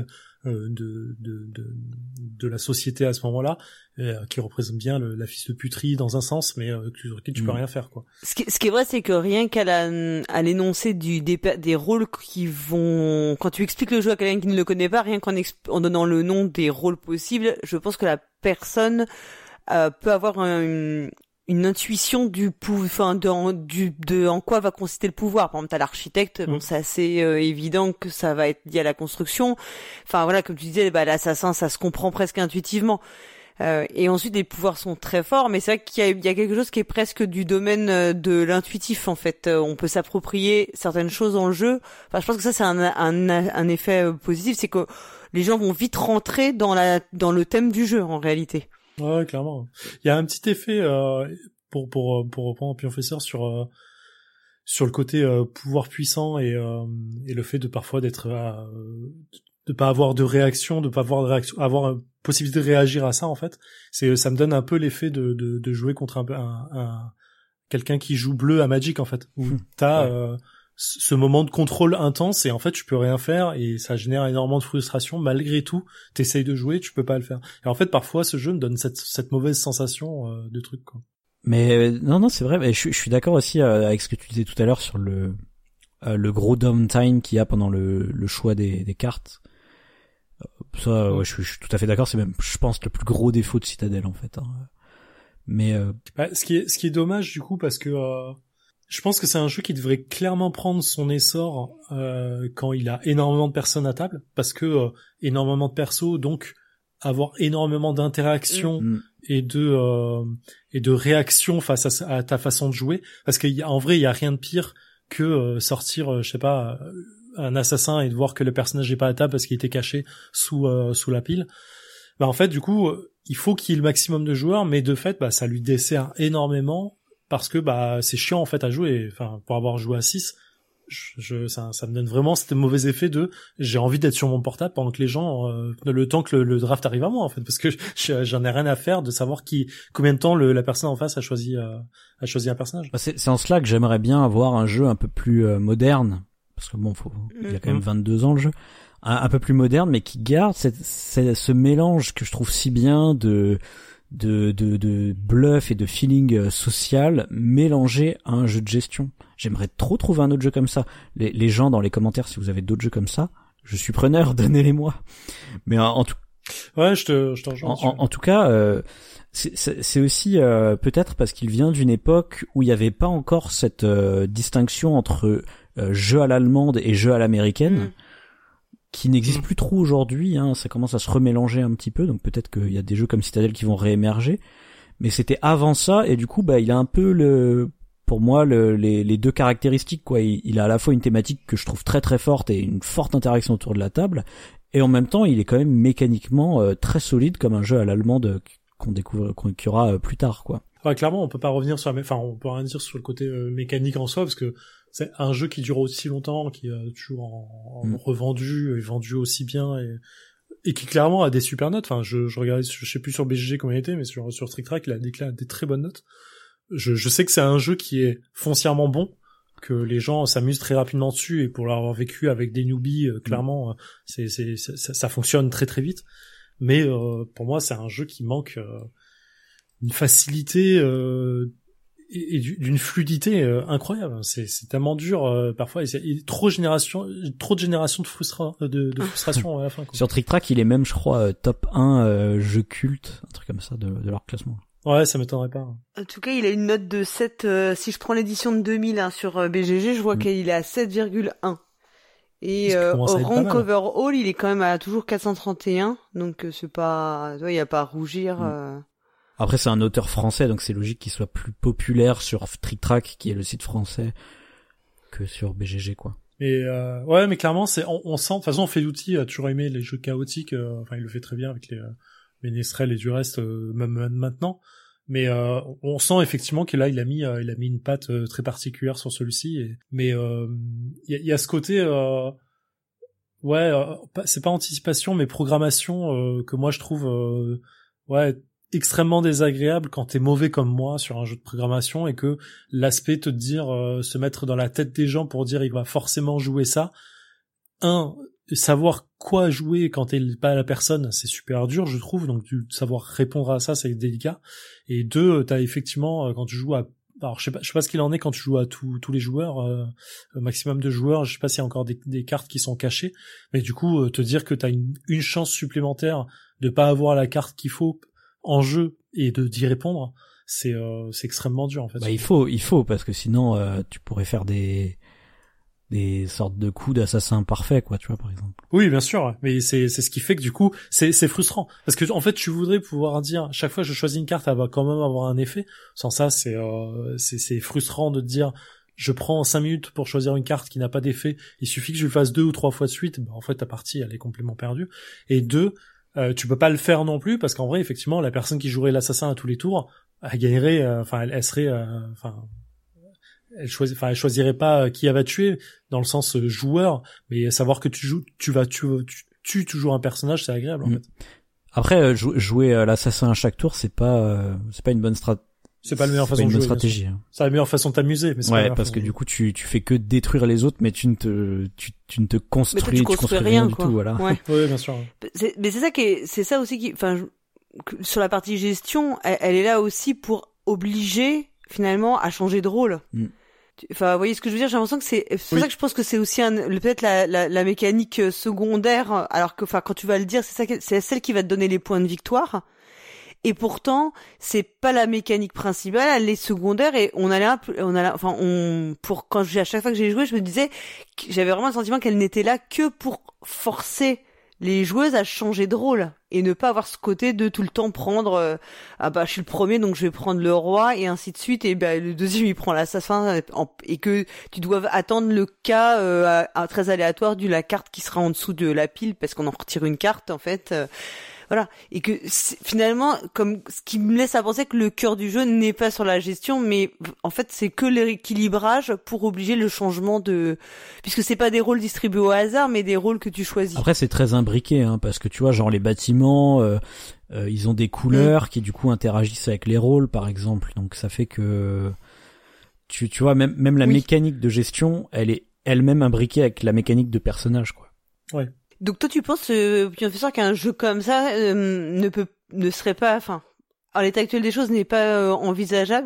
C: de la société à ce moment-là, qui représente bien la fils de puterie dans un sens, mais sur lequel tu peux rien faire, quoi.
A: Ce qui est vrai, c'est que rien à l'énoncé des rôles qui vont, quand tu expliques le jeu à quelqu'un qui ne le connaît pas, rien en donnant le nom des rôles possibles, je pense que la personne peut avoir une intuition de en quoi va consister le pouvoir. Par exemple, t'as l'architecte, c'est assez évident que ça va être lié à la construction. Enfin voilà, comme tu disais, l'assassin, ça se comprend presque intuitivement. Et ensuite, les pouvoirs sont très forts, mais c'est vrai qu'il y a quelque chose qui est presque du domaine de l'intuitif, en fait. On peut s'approprier certaines choses dans le jeu. Enfin, je pense que ça, c'est un effet positif, c'est que les gens vont vite rentrer dans le thème du jeu, en réalité.
C: Ouais, clairement. Il y a un petit effet pour reprendre Pionfesseur sur le côté pouvoir puissant et le fait de parfois d'être de pas avoir de réaction, de pas avoir de réaction, avoir possibilité de réagir à ça, en fait. Ça me donne un peu l'effet de jouer contre un quelqu'un qui joue bleu à Magic, en fait, où t'as ce moment de contrôle intense et en fait tu peux rien faire et ça génère énormément de frustration. Malgré tout, t'essayes de jouer, tu peux pas le faire. Et en fait, parfois, ce jeu me donne cette mauvaise sensation de truc, quoi.
B: Mais non, c'est vrai. Mais je suis d'accord aussi avec ce que tu disais tout à l'heure sur le gros downtime qu'il y a pendant le choix des cartes. Ça, ouais, je suis tout à fait d'accord. C'est même, je pense, le plus gros défaut de Citadel, en fait. Mais
C: ce qui est dommage, du coup, parce que je pense que c'est un jeu qui devrait clairement prendre son essor quand il a énormément de personnes à table, parce que énormément de persos, donc avoir énormément d'interactions et de réactions face à ta façon de jouer, parce qu'en vrai, il y a rien de pire que sortir, je sais pas, un assassin et de voir que le personnage n'est pas à table parce qu'il était caché sous la pile. En fait, du coup, il faut qu'il y ait le maximum de joueurs, mais de fait, ça lui dessert énormément. Parce que c'est chiant en fait à jouer. Enfin, pour avoir joué à 6, ça me donne vraiment cet mauvais effet de j'ai envie d'être sur mon portable pendant que les gens le temps que le draft arrive à moi, en fait, parce que j'en ai rien à faire de savoir combien de temps la personne en face a choisi un personnage.
B: C'est en cela que j'aimerais bien avoir un jeu un peu plus moderne, parce que il y a quand même 22 ans le jeu, un peu plus moderne, mais qui garde ce mélange que je trouve si bien de bluff et de feeling social mélangé à un jeu de gestion. J'aimerais trop trouver un autre jeu comme ça. Les gens dans les commentaires, si vous avez d'autres jeux comme ça, je suis preneur, donnez-les-moi. Mais en tout
C: ouais, je te rejoins.
B: En tout cas, c'est aussi peut-être parce qu'il vient d'une époque où il n'y avait pas encore cette distinction entre jeu à l'allemande et jeu à l'américaine. Qui n'existe plus trop aujourd'hui, ça commence à se remélanger un petit peu, donc peut-être qu'il y a des jeux comme Citadel qui vont réémerger, mais c'était avant ça, et du coup, il a un peu pour moi, les deux caractéristiques, quoi. Il a à la fois une thématique que je trouve très très forte et une forte interaction autour de la table, Et en même temps, il est quand même mécaniquement très solide comme un jeu à l'allemande qu'on découvrira plus tard, quoi.
C: Ouais, clairement, on peut pas revenir sur on peut rien dire sur le côté mécanique en soi, parce que c'est un jeu qui dure aussi longtemps, qui est toujours revendu et vendu aussi bien, et qui clairement a des super notes. Enfin, je regardais, je sais plus sur BGG comment il était, mais sur Trick Track, il a des très bonnes notes. Je sais que c'est un jeu qui est foncièrement bon, que les gens s'amusent très rapidement dessus, et pour l'avoir vécu avec des newbies, clairement, ça fonctionne très très vite. Mais pour moi, c'est un jeu qui manque une facilité et d'une fluidité incroyable. C'est tellement dur parfois. Il y a trop de générations de frustration à la fin, quoi.
B: Sur Trick Track, il est même, je crois, top 1 jeu culte, un truc comme ça de leur classement.
C: Ouais, ça m'étonnerait pas.
A: En tout cas, il a une note de 7. Si je prends l'édition de 2000 sur BGG, je vois qu'il est à 7,1. Et au rank overall, il est quand même à toujours 431. Donc c'est pas, il y a pas à rougir.
B: Après, c'est un auteur français, donc c'est logique qu'il soit plus populaire sur Trick Track, qui est le site français, que sur BGG, quoi.
C: Et ouais, mais clairement, on sent. De toute façon, Feduti a toujours aimé les jeux chaotiques. Enfin, il le fait très bien avec les Ménestrel et du reste, même maintenant. Mais on sent effectivement que là, il a mis une patte très particulière sur celui-ci. Mais il y a ce côté, c'est pas anticipation, mais programmation que moi je trouve, extrêmement désagréable quand t'es mauvais comme moi sur un jeu de programmation, et que l'aspect te dire se mettre dans la tête des gens pour dire il va forcément jouer ça. Savoir quoi jouer quand t'es pas la personne, c'est super dur, je trouve. Donc savoir répondre à ça, c'est délicat. Et 2, t'as effectivement quand tu joues à, alors je sais pas ce qu'il en est quand tu joues à tous les joueurs, maximum de joueurs, je sais pas s'il y a encore des cartes qui sont cachées, mais du coup te dire que t'as une chance supplémentaire de pas avoir la carte qu'il faut en jeu et d'y répondre, c'est extrêmement dur en fait.
B: Bah il faut parce que sinon tu pourrais faire des sortes de coups d'assassin parfait, quoi, tu vois, par exemple.
C: Oui, bien sûr, mais c'est ce qui fait que du coup c'est frustrant, parce que en fait tu voudrais pouvoir dire chaque fois que je choisis une carte, elle va quand même avoir un effet. Sans ça, c'est frustrant de te dire je prends 5 minutes pour choisir une carte qui n'a pas d'effet, il suffit que je le fasse 2 ou 3 fois de suite, bah en fait ta partie elle est complètement perdue. Et 2, tu peux pas le faire non plus, parce qu'en vrai effectivement la personne qui jouerait l'assassin à tous les tours, elle gagnerait, elle serait, elle choisirait pas qui elle va tuer dans le sens joueur, mais savoir que tu tues toujours un personnage, c'est agréable en fait.
B: Après jouer l'assassin à chaque tour, c'est pas une bonne stratégie.
C: C'est pas la meilleure façon de jouer. Stratégie. C'est la meilleure façon de t'amuser, mais c'est
B: ouais, parce que du coup tu fais que détruire les autres, mais tu ne te construis, tu construis rien du tout, voilà.
C: Ouais. Oui, bien sûr.
A: Mais c'est ça aussi qui, sur la partie gestion, elle est là aussi pour obliger finalement à changer de rôle. Enfin, vous voyez ce que je veux dire? J'ai l'impression que c'est pour ça que je pense que c'est aussi peut-être la mécanique secondaire, alors que, quand tu vas le dire, c'est celle qui va te donner les points de victoire. Et pourtant, c'est pas la mécanique principale, elle est secondaire, et à chaque fois que j'ai joué, je me disais, j'avais vraiment le sentiment qu'elle n'était là que pour forcer les joueuses à changer de rôle et ne pas avoir ce côté de tout le temps prendre je suis le premier donc je vais prendre le roi et ainsi de suite, et le deuxième il prend l'assassin, et que tu dois attendre le cas très aléatoire de la carte qui sera en dessous de la pile parce qu'on en retire une carte en fait. Voilà, et que finalement, comme ce qui me laisse à penser que le cœur du jeu n'est pas sur la gestion, mais en fait c'est que le rééquilibrage pour obliger le changement puisque c'est pas des rôles distribués au hasard, mais des rôles que tu choisis.
B: Après c'est très imbriqué, parce que tu vois, genre les bâtiments, ils ont des couleurs qui du coup interagissent avec les rôles, par exemple, donc ça fait que tu vois, même la mécanique de gestion, elle est elle-même imbriquée avec la mécanique de personnage, quoi.
C: Ouais.
A: Donc toi tu penses, professeur, qu'un jeu comme ça ne serait pas, en l'état actuel des choses, n'est pas envisageable,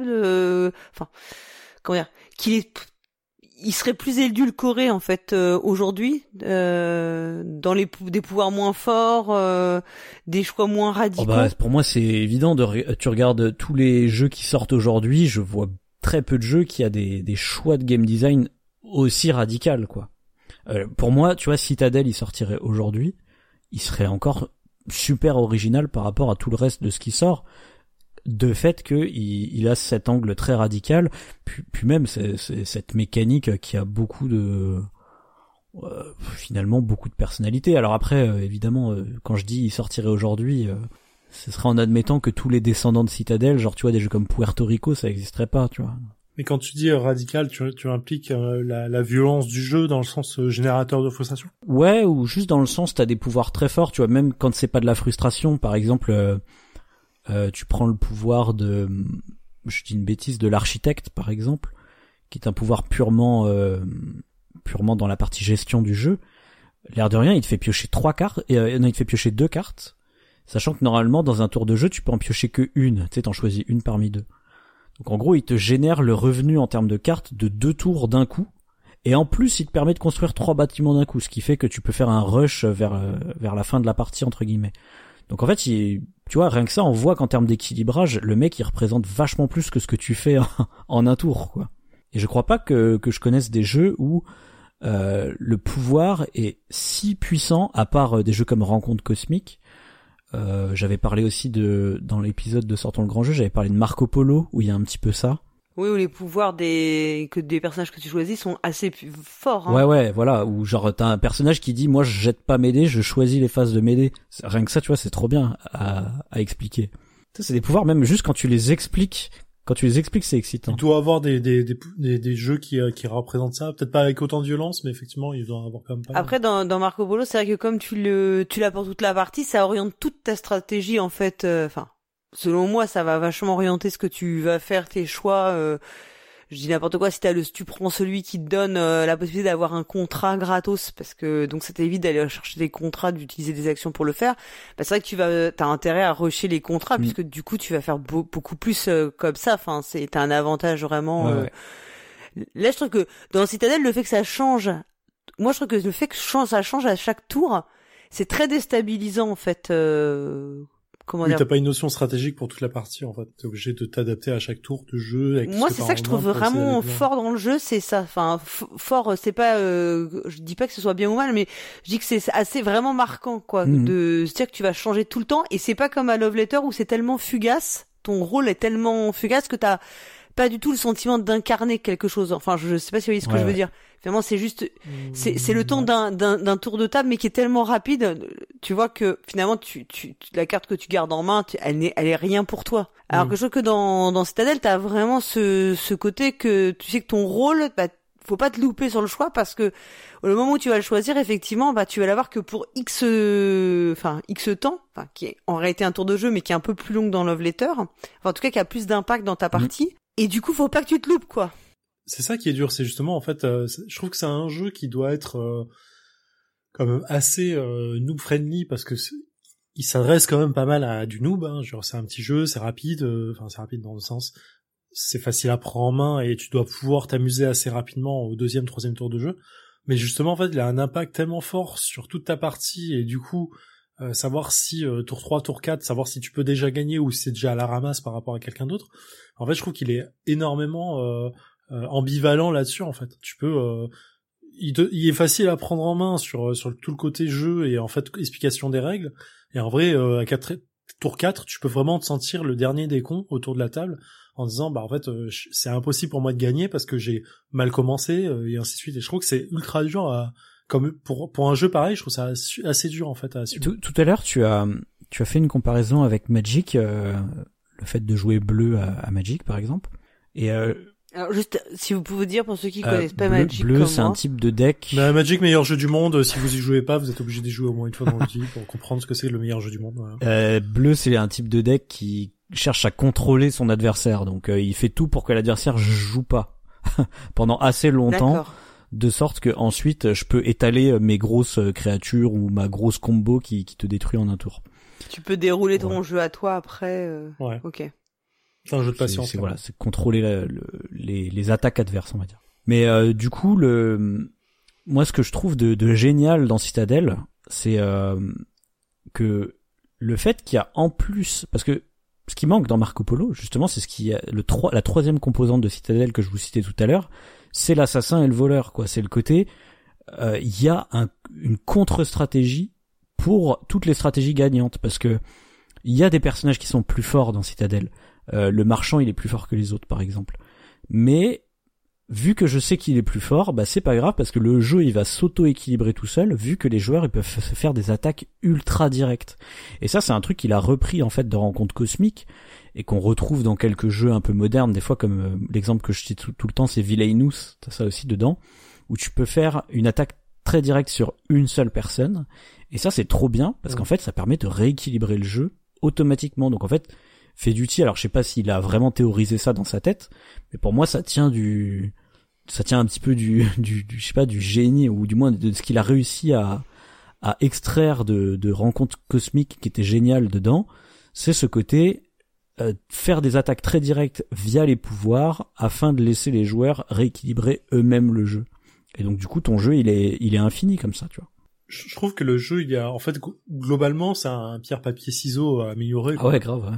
A: il serait plus édulcoré en fait aujourd'hui, dans des pouvoirs moins forts, des choix moins radicaux.
B: Pour moi c'est évident, tu regardes tous les jeux qui sortent aujourd'hui, je vois très peu de jeux qui a des choix de game design aussi radical, quoi. Pour moi, tu vois, Citadel, il sortirait aujourd'hui, il serait encore super original par rapport à tout le reste de ce qui sort, de fait que il a cet angle très radical, puis même c'est cette mécanique qui a beaucoup de finalement beaucoup de personnalité. Alors après, évidemment, quand je dis il sortirait aujourd'hui, ce serait en admettant que tous les descendants de Citadel, genre tu vois des jeux comme Puerto Rico, ça existerait pas, tu vois.
C: Mais quand tu dis radical, tu impliques la violence du jeu dans le sens générateur de frustration?
B: Ouais, ou juste dans le sens t'as des pouvoirs très forts, tu vois, même quand c'est pas de la frustration. Par exemple, tu prends le pouvoir de, je dis une bêtise, de l'architecte par exemple, qui est un pouvoir purement dans la partie gestion du jeu. L'air de rien, il te fait piocher 3 cartes, non, il te fait piocher 2 cartes, sachant que normalement dans un tour de jeu tu peux en piocher que une, tu sais, t'en choisis une parmi 2. Donc en gros, il te génère le revenu en termes de cartes de 2 tours d'un coup, et en plus, il te permet de construire 3 bâtiments d'un coup, ce qui fait que tu peux faire un rush vers la fin de la partie, entre guillemets. Donc en fait, tu vois, rien que ça, on voit qu'en termes d'équilibrage, le mec, il représente vachement plus que ce que tu fais en un tour, quoi. Et je crois pas que je connaisse des jeux où le pouvoir est si puissant, à part des jeux comme Rencontre Cosmique. J'avais parlé aussi dans l'épisode de Sortons le Grand Jeu, j'avais parlé de Marco Polo, où il y a un petit peu ça.
A: Oui, où les pouvoirs des personnages que tu choisis sont assez forts. Hein.
B: Ouais, voilà, où genre t'as un personnage qui dit, moi je jette pas mes dés, je choisis les phases de mes dés. Rien que ça, tu vois, c'est trop bien à expliquer. Ça, c'est des pouvoirs, même juste quand tu les expliques, c'est excitant.
C: Il doit avoir des jeux qui représentent ça, peut-être pas avec autant de violence, mais effectivement, il doit en avoir quand même pas.
A: Après, dans Marco Polo, c'est vrai que comme tu l'as pour toute la partie, ça oriente toute ta stratégie, en fait, selon moi, ça va vachement orienter ce que tu vas faire, tes choix, je dis n'importe quoi, si tu prends celui qui te donne la possibilité d'avoir un contrat gratos, parce que donc ça t'évite d'aller chercher des contrats, d'utiliser des actions pour le faire. Bah c'est vrai que t'as intérêt à rusher les contrats, puisque du coup tu vas faire beaucoup plus comme ça. Enfin, t'as un avantage vraiment.
B: Ouais.
A: Là, je trouve que dans Citadel, le fait que ça change, moi je trouve que le fait que ça change à chaque tour, c'est très déstabilisant en fait. Comment dire ?
C: T'as pas une notion stratégique pour toute la partie, en fait. T'es obligé de t'adapter à chaque tour de jeu. Avec
A: moi, c'est ça que je trouve vraiment fort dans le jeu, c'est ça. Enfin, fort, c'est pas, je dis pas que ce soit bien ou mal, mais je dis que c'est assez vraiment marquant, quoi, de se dire que tu vas changer tout le temps, et c'est pas comme à Love Letter où c'est tellement fugace, ton rôle est tellement fugace que t'as pas du tout le sentiment d'incarner quelque chose. Enfin, je sais pas si vous voyez ce que je veux dire. Finalement, c'est juste, c'est le temps d'un tour de table, mais qui est tellement rapide, tu vois que finalement, la carte que tu gardes en main, elle est rien pour toi. Alors que je trouve que dans Citadel, t'as vraiment ce côté que tu sais que ton rôle, bah, faut pas te louper sur le choix, parce que le moment où tu vas le choisir, effectivement, bah, tu vas l'avoir que pour X temps, qui est en réalité un tour de jeu, mais qui est un peu plus long que dans Love Letter. Enfin, en tout cas, qui a plus d'impact dans ta partie. Et du coup, faut pas que tu te loupes, quoi.
C: C'est ça qui est dur, c'est justement, en fait, je trouve que c'est un jeu qui doit être quand même assez noob friendly, parce que il s'adresse quand même pas mal à du noob, hein. Genre, c'est un petit jeu, c'est rapide, c'est rapide dans le sens, c'est facile à prendre en main, et tu dois pouvoir t'amuser assez rapidement au 2e, 3e tour de jeu. Mais justement, en fait, il a un impact tellement fort sur toute ta partie, et du coup, savoir si tour 3, tour 4, savoir si tu peux déjà gagner ou si c'est déjà à la ramasse par rapport à quelqu'un d'autre. En fait, je trouve qu'il est énormément ambivalent là-dessus, en fait. Tu peux il est facile à prendre en main sur tout le côté jeu et en fait explication des règles, et en vrai à tour 4, tu peux vraiment te sentir le dernier des cons autour de la table en disant bah en fait c'est impossible pour moi de gagner parce que j'ai mal commencé et ainsi de suite. Et je trouve que c'est ultra dur comme pour un jeu pareil, je trouve ça assez dur en fait à suivre.
B: Tout à l'heure tu as fait une comparaison avec Magic, le fait de jouer bleu à Magic par exemple, et
A: alors juste, si vous pouvez dire pour ceux qui connaissent pas Magic,
B: bleu c'est un type de deck.
C: Bah, Magic, meilleur jeu du monde. Si vous y jouez pas, vous êtes obligé d'y jouer au moins une fois dans votre vie pour comprendre ce que c'est le meilleur jeu du monde. Voilà.
B: Bleu c'est un type de deck qui cherche à contrôler son adversaire, donc il fait tout pour que l'adversaire joue pas pendant assez longtemps.
A: D'accord.
B: De sorte que ensuite je peux étaler mes grosses créatures ou ma grosse combo qui te détruit en un tour.
A: Tu peux dérouler ton jeu à toi après.
C: Ouais.
A: Ok.
C: C'est un jeu de patience.
B: C'est contrôler les attaques adverses, on va dire. Mais du coup, moi, ce que je trouve de génial dans Citadel, c'est que le fait qu'il y a en plus, parce que ce qui manque dans Marco Polo, justement, c'est la 3e composante de Citadel que je vous citais tout à l'heure, c'est l'assassin et le voleur, quoi. C'est le côté, il y a une contre-stratégie pour toutes les stratégies gagnantes, parce que il y a des personnages qui sont plus forts dans Citadel. Le marchand, il est plus fort que les autres, par exemple. Mais vu que je sais qu'il est plus fort, bah c'est pas grave parce que le jeu il va s'auto-équilibrer tout seul, vu que les joueurs ils peuvent se faire des attaques ultra directes. Et ça c'est un truc qu'il a repris en fait de Rencontres Cosmiques et qu'on retrouve dans quelques jeux un peu modernes, des fois comme l'exemple que je cite tout le temps c'est Villainous, t'as ça aussi dedans, où tu peux faire une attaque très directe sur une seule personne. Et ça c'est trop bien parce qu'en fait ça permet de rééquilibrer le jeu automatiquement. Donc en fait Feduti, alors je sais pas s'il a vraiment théorisé ça dans sa tête, mais pour moi ça tient un petit peu du je sais pas, du génie, ou du moins de ce qu'il a réussi à extraire de Rencontres Cosmiques qui était génial dedans. C'est ce côté faire des attaques très directes via les pouvoirs afin de laisser les joueurs rééquilibrer eux-mêmes le jeu. Et donc du coup ton jeu il est infini comme ça, tu vois.
C: Je trouve que le jeu, il y a, en fait, globalement, c'est un pierre papier ciseaux amélioré.
B: Ah ouais, grave, ouais.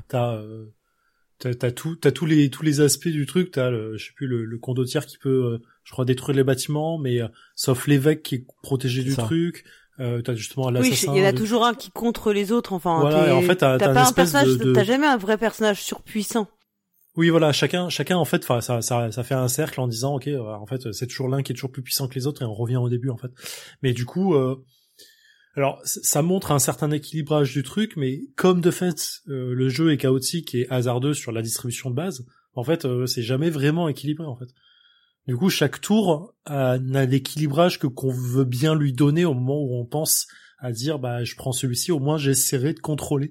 C: T'as tous les aspects du truc. T'as je sais plus, le condottiere qui peut, je crois, détruire les bâtiments, mais sauf l'évêque qui est protégé du truc. T'as justement l'assassin.
A: Oui, il y en a toujours un qui contre les autres. Enfin,
C: voilà. Et en fait, t'as
A: pas un personnage,
C: de...
A: t'as jamais un vrai personnage surpuissant.
C: Oui, voilà, chacun en fait, enfin ça fait un cercle en disant OK, en fait, c'est toujours l'un qui est toujours plus puissant que les autres et on revient au début en fait. Mais du coup alors ça montre un certain équilibrage du truc, mais comme de fait le jeu est chaotique et hasardeux sur la distribution de base, en fait c'est jamais vraiment équilibré en fait. Du coup, chaque tour a l'équilibrage qu'on veut bien lui donner au moment où on pense à dire bah je prends celui-ci, au moins j'essaierai de contrôler.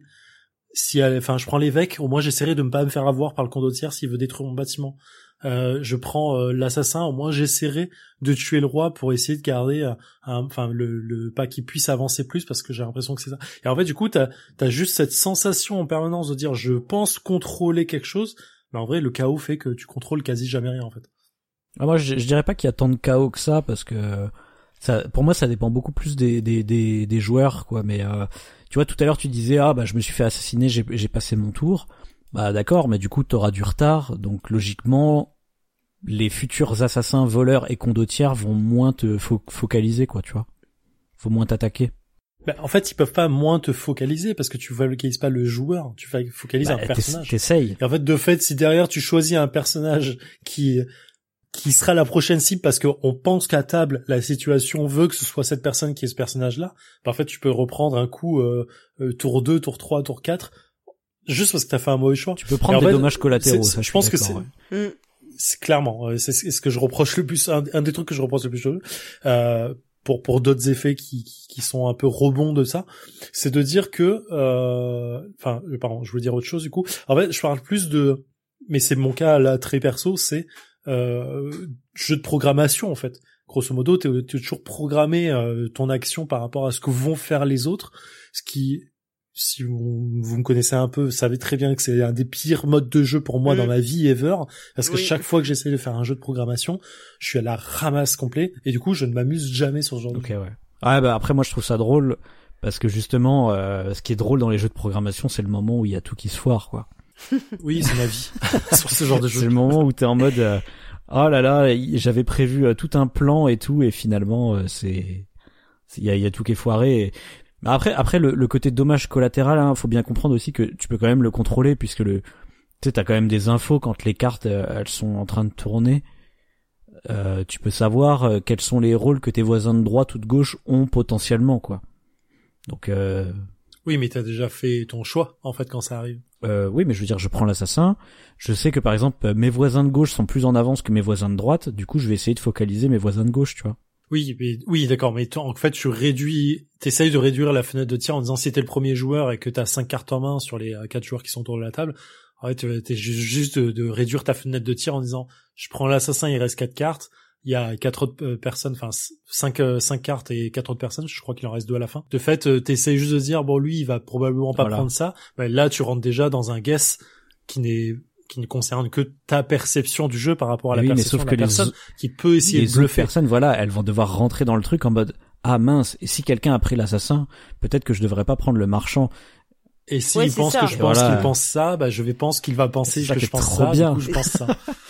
C: Je prends l'évêque, au moins j'essaierai de ne pas me faire avoir par le condottiere s'il veut détruire mon bâtiment. Je prends l'assassin, au moins j'essaierai de tuer le roi pour essayer de garder le pas qu'il puisse avancer plus, parce que j'ai l'impression que c'est ça. Et en fait, du coup, t'as juste cette sensation en permanence de dire je pense contrôler quelque chose, mais en vrai, le chaos fait que tu contrôles quasi jamais rien en fait.
B: Moi, je dirais pas qu'il y a tant de chaos que ça, parce que ça, pour moi, ça dépend beaucoup plus des joueurs, quoi. Mais tu vois, tout à l'heure, tu disais je me suis fait assassiner, j'ai passé mon tour. Bah d'accord, mais du coup, t'auras du retard, donc logiquement, les futurs assassins, voleurs et condottières vont moins te focaliser, quoi, tu vois. Faut moins t'attaquer.
C: Bah, en fait, ils peuvent pas moins te focaliser parce que tu focalises pas le joueur, tu focalises un personnage.
B: T'essayes.
C: Et en fait, de fait, si derrière tu choisis un personnage qui sera la prochaine cible parce qu'on pense qu'à table la situation veut que ce soit cette personne qui est ce personnage-là, bah en fait tu peux reprendre un coup tour 2, tour 3, tour 4 juste parce que t'as fait un mauvais choix.
B: Tu peux prendre des dommages collatéraux, ça
C: je pense que c'est clairement c'est ce que je reproche le plus, un des trucs que je reproche le plus pour d'autres effets qui sont un peu rebonds de ça, c'est de dire que pardon, je voulais dire autre chose du coup. En fait, je parle plus mais c'est mon cas là très perso, c'est jeu de programmation en fait. Grosso modo, t'es toujours programmé ton action par rapport à ce que vont faire les autres, ce qui, si vous me connaissez un peu, vous savez très bien que c'est un des pires modes de jeu pour moi dans ma vie ever, parce que chaque fois que j'essaie de faire un jeu de programmation, je suis à la ramasse complet, et du coup je ne m'amuse jamais sur ce genre de jeu.
B: Ouais. Ah bah après moi je trouve ça drôle, parce que justement ce qui est drôle dans les jeux de programmation, c'est le moment où il y a tout qui se foire, quoi.
C: Oui, c'est ma vie sur ce genre de jeu.
B: C'est le moment où t'es en mode oh là là, j'avais prévu tout un plan et tout, et finalement il y a tout qui est foiré. Et... Mais après le côté dommage collatéral, hein, faut bien comprendre aussi que tu peux quand même le contrôler, puisque tu sais, t'as quand même des infos quand les cartes elles sont en train de tourner. Tu peux savoir quels sont les rôles que tes voisins de droite ou de gauche ont potentiellement, quoi. Donc
C: oui, mais t'as déjà fait ton choix en fait quand ça arrive.
B: Oui, mais je veux dire, je prends l'assassin. Je sais que par exemple mes voisins de gauche sont plus en avance que mes voisins de droite. Du coup, je vais essayer de focaliser mes voisins de gauche, tu vois.
C: Oui, d'accord, mais en fait, t'essayes de réduire la fenêtre de tir en disant si t'es le premier joueur et que t'as 5 cartes en main sur les 4 joueurs qui sont autour de la table. En fait, t'es juste de réduire ta fenêtre de tir en disant je prends l'assassin, il reste 4 cartes. Il y a 4 autres personnes, enfin 5 cartes et 4 autres personnes, je crois qu'il en reste 2 à la fin. De fait, t'essayes juste de dire bon, lui il va probablement pas prendre ça. Ben, là tu rentres déjà dans un guess qui ne concerne que ta perception du jeu par rapport à la perception de la personne qui peut essayer de bluffer.
B: Les personnes, voilà, elles vont devoir rentrer dans le truc en mode ah mince, et si quelqu'un a pris l'assassin, peut-être que je devrais pas prendre le marchant.
C: Et s'il pense que je pense qu'il pense ça, bah je vais penser qu'il va penser que je pense ça, du coup je pense ça.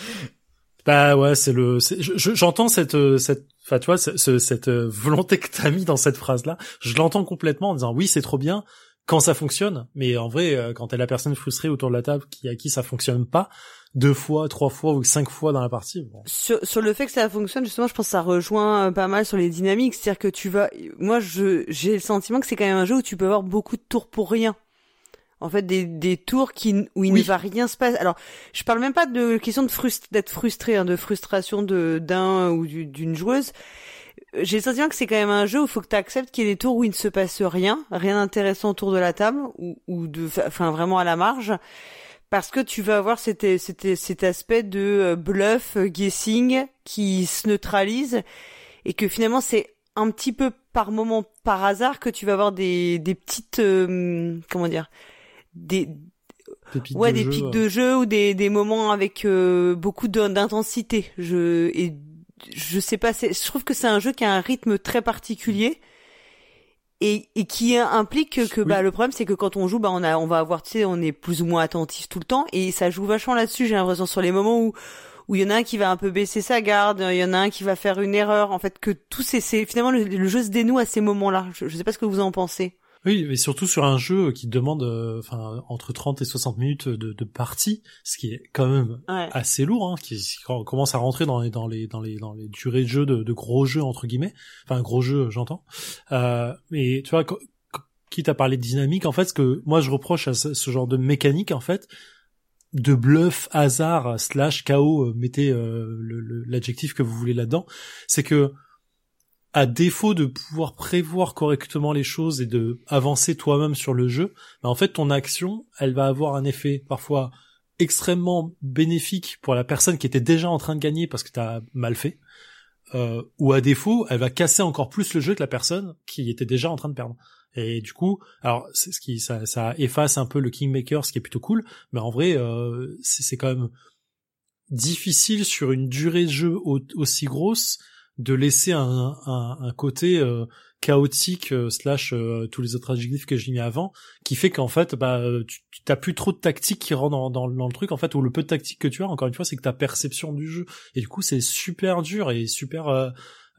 C: Bah ouais, j'entends cette enfin tu vois cette volonté que t'as mis dans cette phrase là, je l'entends complètement en disant oui, c'est trop bien quand ça fonctionne, mais en vrai, quand t'es la personne frustrée autour de la table à qui ça fonctionne pas, 2 fois, 3 fois ou 5 fois dans la partie. Bon.
A: Sur le fait que ça fonctionne, justement, je pense que ça rejoint pas mal sur les dynamiques. C'est-à-dire que moi, j'ai le sentiment que c'est quand même un jeu où tu peux avoir beaucoup de tours pour rien. En fait, des tours où il ne va rien se passer. Alors, je parle même pas de question d'être frustré, de frustration d'un ou d'une joueuse. J'ai le sentiment que c'est quand même un jeu où il faut que tu acceptes qu'il y ait des tours où il ne se passe rien d'intéressant autour de la table, enfin vraiment à la marge. Parce que tu vas avoir cet aspect de bluff, guessing qui se neutralise et que finalement c'est un petit peu par moment, par hasard que tu vas avoir des petites comment dire, des pics de jeu ou des moments avec beaucoup d'intensité. Je sais pas, je trouve que c'est un jeu qui a un rythme très particulier. Et qui implique que le problème c'est que quand on joue on va avoir, tu sais, on est plus ou moins attentif tout le temps et ça joue vachement là-dessus. J'ai l'impression sur les moments où il y en a un qui va un peu baisser sa garde, il y en a un qui va faire une erreur, en fait que tout c'est finalement le jeu se dénoue à ces moments-là. Je sais pas ce que vous en pensez.
C: Oui, mais surtout sur un jeu qui demande entre 30 et 60 minutes de partie, ce qui est quand même assez lourd, qui commence à rentrer dans les durées de jeu de gros jeux entre guillemets, enfin gros jeux j'entends. Mais tu vois, quitte à parler de dynamique, en fait, ce que moi je reproche à ce genre de mécanique, en fait, de bluff, hasard, / chaos, mettez l'adjectif que vous voulez là-dedans, c'est que à défaut de pouvoir prévoir correctement les choses et de avancer toi-même sur le jeu, en fait, ton action, elle va avoir un effet parfois extrêmement bénéfique pour la personne qui était déjà en train de gagner parce que t'as mal fait, ou à défaut, elle va casser encore plus le jeu que la personne qui était déjà en train de perdre. Et du coup, alors c'est ça efface un peu le Kingmaker, ce qui est plutôt cool, mais en vrai, c'est quand même difficile sur une durée de jeu aussi grosse de laisser un côté chaotique / tous les autres adjectifs que j'ai mis avant, qui fait qu'en fait tu t'as plus trop de tactique qui rentre dans le truc, en fait, ou le peu de tactique que tu as, encore une fois, c'est que ta perception du jeu, et du coup c'est super dur et super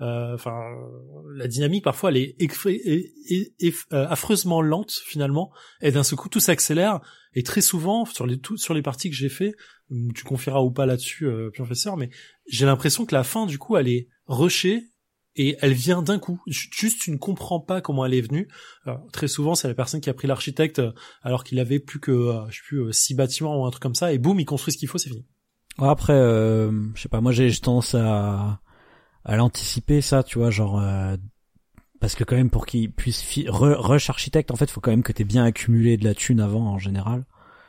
C: la dynamique parfois elle est affreusement lente finalement, et d'un seul coup tout s'accélère, et très souvent sur les parties que j'ai fait, tu confieras ou pas là-dessus professeur, mais j'ai l'impression que la fin du coup elle est rushée et elle vient d'un coup, juste tu ne comprends pas comment elle est venue. Alors, très souvent c'est la personne qui a pris l'architecte alors qu'il avait plus que 6 bâtiments ou un truc comme ça, et boum, il construit ce qu'il faut, c'est fini.
B: Après je sais pas, moi j'ai tendance à l'anticiper, ça, tu vois, genre parce que quand même pour qu'il puisse rush architecte, en fait faut quand même que t'aies bien accumulé de la thune avant en général,